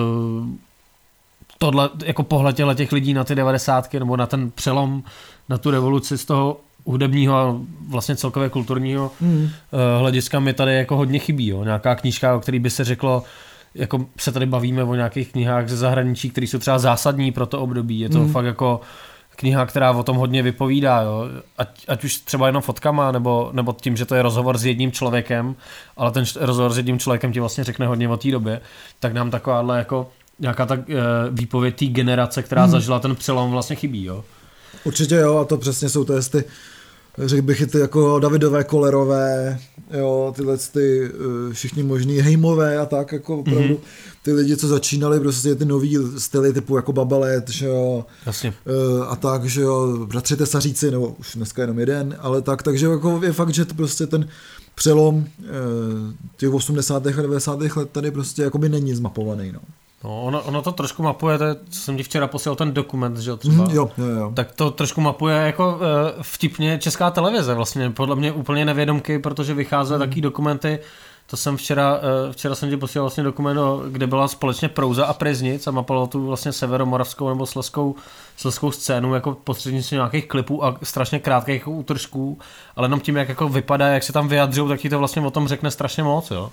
tohle, jako pohled těch lidí na ty 90. nebo na ten přelom, na tu revoluci z toho hudebního a vlastně celkově kulturního hlediska mi tady jako hodně chybí, jo? Nějaká knížka, o který by se řeklo, jako se tady bavíme o nějakých knihách ze zahraničí, které jsou třeba zásadní pro to období, je to fakt jako kniha, která o tom hodně vypovídá, jo? Ať už třeba jenom fotkama, nebo tím, že to je rozhovor s jedním člověkem, ale ten rozhovor s jedním člověkem ti vlastně řekne hodně o té době, tak nám takováhle jako nějaká ta výpověď té generace, která zažila ten přelom, vlastně chybí, jo? Určitě jo, a to přesně jsou to jestli, řekl bych, i ty jako Davidové, Kolerové, jo, tyhle ty všichni možný Hejmové a tak, jako opravdu ty lidi, co začínali, prostě ty nový styly typu jako Babalet, že jo, a tak, že jo, Bratři Tesaříci, nebo už dneska jenom jeden, ale tak, takže jako je fakt, že to prostě ten přelom těch 80. a 90. let tady prostě jakoby není zmapovaný, no. No, ono to trošku mapuje, to je, co jsem ti včera posílal ten dokument, že jo, třeba. Jo. Tak to trošku mapuje jako vtipně Česká televize, vlastně podle mě úplně nevědomky, protože vycházely taky dokumenty, to jsem včera jsem ti posílal vlastně dokument, kde byla společně Prouza a Pryznic a mapoval tu vlastně severomoravskou nebo slezskou scénu jako prostřednictvím nějakých klipů a strašně krátkých útržků, ale jenom tím, jak jako vypadá, jak se tam vyjadřují, tak ti to vlastně o tom řekne strašně moc, jo.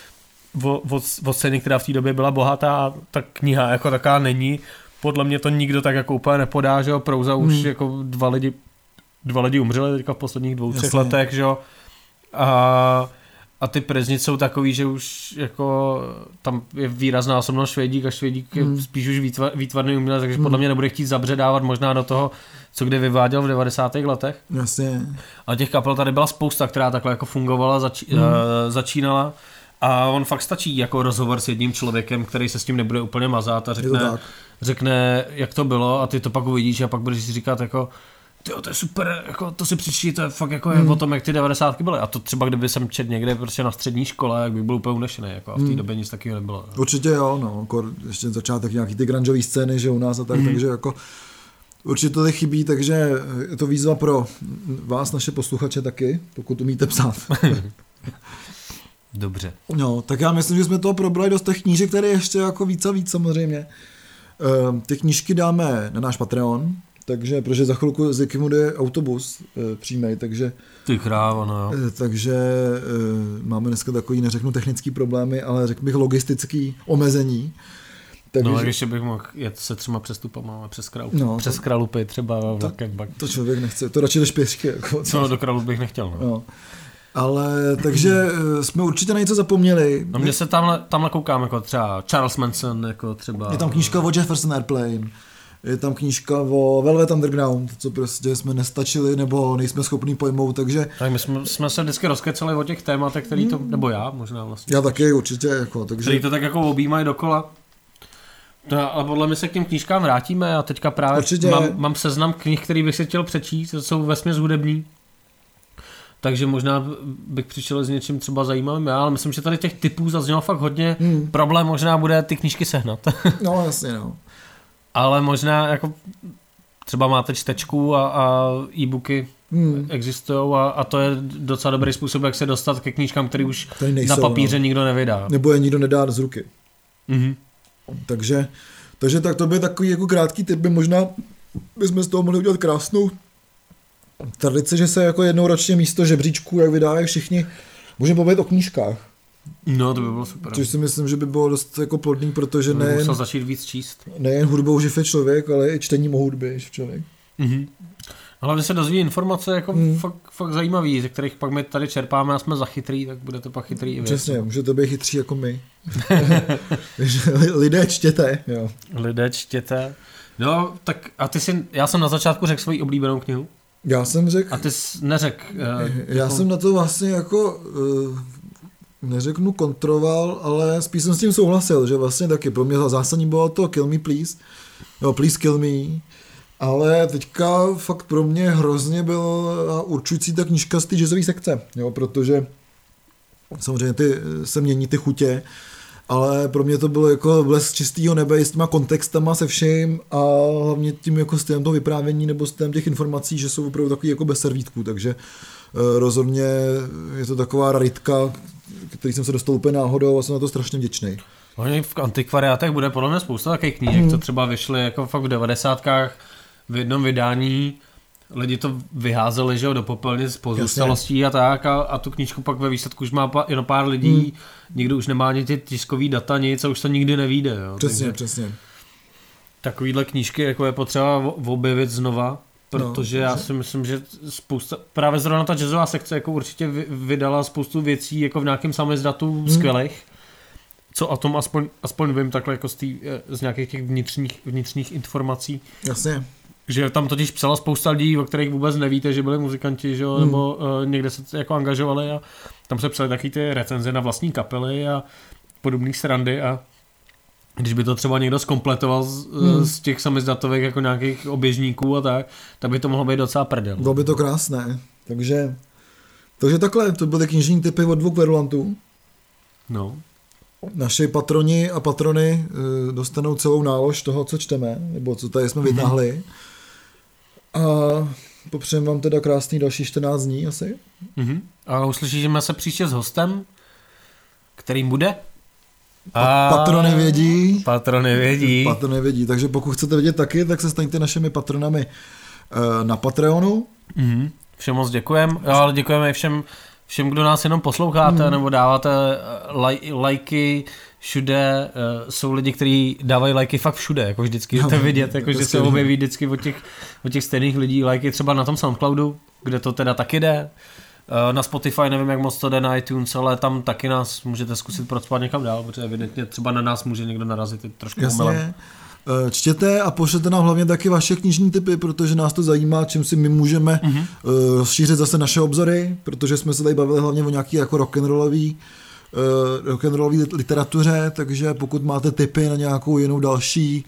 O scéně, která v té době byla bohatá, ta kniha jako taká není. Podle mě to nikdo tak jako úplně nepodá, že jo, Prouza už jako dva lidi umřeli teďka v posledních 2-3 letech, že jo. A ty Pryznic jsou takový, že už jako tam je výrazná osobnost Švédík a Švédík je spíš už výtvarný umělec, takže podle mě nebude chtít zabředávat možná do toho, co kdy vyváděl v 90. letech. Jasně. A těch kapel tady byla spousta, která takhle jako fungovala, začínala. A on fakt stačí jako rozhovor s jedním člověkem, který se s tím nebude úplně mazat a řekne, jak to bylo a ty to pak uvidíš a pak budeš si říkat jako tyjo, to je super, jako to si přečti, to je fakt jako je o tom, jak ty 90. byly. A to třeba kdyby jsem čet někde prostě na střední škole, jak bych byl úplně unešený, jako a v té době nic takového nebylo. Jo. Určitě jo, no, ještě začátek nějaký ty grungeový scény, že u nás a tak, takže jako určitě to chybí, takže je to výzva pro vás, naše posluchače taky, pokud umíte psát. Dobře. No, tak já myslím, že jsme toho probrali dost těch knížek, které ještě jako víc a víc samozřejmě. Ty knížky dáme na náš Patreon, takže, protože za chvilku z Jikimu jde autobus přímej, takže... Ty krávo, no. Takže máme dneska takový, neřeknu technický problémy, ale řekl bych logistický omezení. Takže... No, ještě bych mohl jet se 3 přestupama přes Kralupy třeba vlakem. To člověk nechce, to radši jdeš pěšky. Jako, no, do Kralup bych nechtěl, no. Ale takže jsme určitě na něco zapomněli. No mě se tamhle koukám, jako třeba Charles Manson, jako třeba... Je tam knížka o Jefferson Airplane, je tam knížka o Velvet Underground, co prostě jsme nestačili nebo nejsme schopní pojmout, takže... Tak my jsme se vždycky rozkecali o těch tématech, který to, nebo já možná vlastně. Já taky určitě, jako, takže... Který to tak jako objímají dokola. No, ale podle mě se k těm knížkám vrátíme a teďka právě mám seznam knih, který bych si chtěl přečíst, to jsou vesměs hudební. Takže možná bych přišel s něčím třeba zajímavým, ale myslím, že tady těch typů zaznělo fakt hodně. Problém možná bude ty knížky sehnat. No jasně, no. Ale možná jako třeba máte čtečku a e-booky existují a to je docela dobrý způsob, jak se dostat ke knížkám, který už na papíře nikdo nevydá. Nebo je nikdo nedá z ruky. Takže tak to by takový jako krátký tip, by možná bychom z toho mohli udělat krásnou tradice, že se jako jednou ročně místo žebříčků, jak vydávají všichni, můžeme povědět o knížkách. No, to by bylo super. Což si myslím, že by bylo dost jako plodný, protože musel začít víc číst. Nejen hudbou živ je člověk, ale i čtením hudby živ člověk. Mhm. Hlavně se dozví informace jako fakt zajímavý, ze kterých pak my tady čerpáme a jsme za chytrý, tak bude to pak chytrý i věc. Přesně, může to být chytří jako my. Lidé čtěte, jo. Lidé čtěte. No, tak a já jsem na začátku řekl svoji oblíbenou knihu. Já jsem řekl... A ty jsi neřekl. Já jsem na to vlastně jako... neřeknu kontroval, ale spíš jsem s tím souhlasil, že vlastně taky pro mě zásadní bylo to Kill Me Please. Jo, Please Kill Me. Ale teďka fakt pro mě hrozně byla určující ta knížka z té jazzové sekce, jo, protože samozřejmě se mění ty chutě, ale pro mě to bylo jako blesk čistýho nebe s těma kontextama se vším a hlavně tím jako stylem toho vyprávění nebo stylem těch informací, že jsou opravdu takový jako bez servítku, takže rozhodně je to taková raritka, který jsem se dostal úplně náhodou a jsem na to strašně vděčný. V antikvariátech bude podle mě spousta takových knížek, co třeba vyšly jako fakt v 90kách v jednom vydání, lidi to vyházeli, že jo, do popelnic z pozůstalostí a tak a tu knížku pak ve výsledku už má jenom pár lidí, nikdo už nemá ani ty tiskový data, nic a už to nikdy nevyjde, jo. Přesně. Takovýhle knížky jako je potřeba objevit znova, protože já si myslím, že spousta, právě zrovna ta jazzová sekce jako určitě vydala spoustu věcí jako v nějakém samizdatu skvělých, co o tom aspoň vím takhle jako z nějakých těch vnitřních informací. Jasně. Že tam totiž psala spousta lidí, o kterých vůbec nevíte, že byli muzikanti, že jo, nebo někde se jako angažovali a tam se psali taky ty recenze na vlastní kapely a podobné srandy a když by to třeba někdo zkompletoval z těch samizdatových jako nějakých oběžníků a tak by to mohlo být docela prdel. Bylo by to krásné. Takže takhle, to byly knižní tipy od 2 kverulantů. No. Naši patroni a patrony dostanou celou nálož toho, co čteme, nebo co tady jsme vytáhli. A popřejeme vám teda krásný další 14 dní asi. A uslyšíme se příště s hostem, kterým bude? Patrony vědí. Patrony vědí. Takže pokud chcete vědět taky, tak se staňte našimi patronami na Patreonu. Všem moc děkujeme, ale děkujeme i všem, kdo nás jenom posloucháte nebo dáváte lajky všude. Jsou lidi, kteří dávají lajky fakt všude, jako vždycky to vidět, jako že se objeví vždycky od těch stejných lidí lajky třeba na tom Soundcloudu, kde to teda taky jde. Na Spotify nevím, jak moc to jde, na iTunes, ale tam taky nás můžete zkusit procpat někam dál, protože evidentně třeba na nás může někdo narazit trošku omylem. Čtěte a pošlete nám hlavně taky vaše knižní tipy, protože nás to zajímá, čím si my můžeme rozšířit zase naše obzory, protože jsme se tady bavili hlavně o nějaký jako rock'n'rollový literatuře, takže pokud máte tipy na nějakou jinou další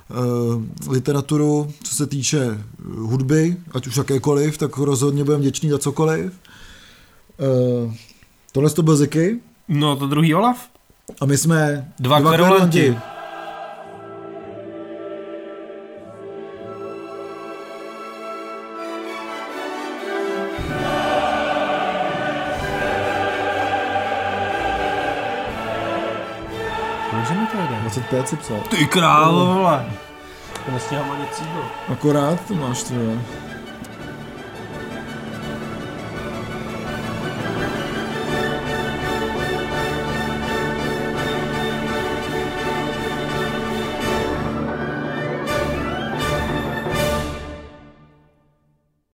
literaturu, co se týče hudby, ať už jakékoliv, tak rozhodně budeme vděční za cokoliv. Tohle to byl Ziky. No to druhý Olaf. A my jsme dva kverulanti. Můžeme to jde. 25 si psal. Ty králo, vole. To nestíhám ani cídlo. Akorát to máš, ty.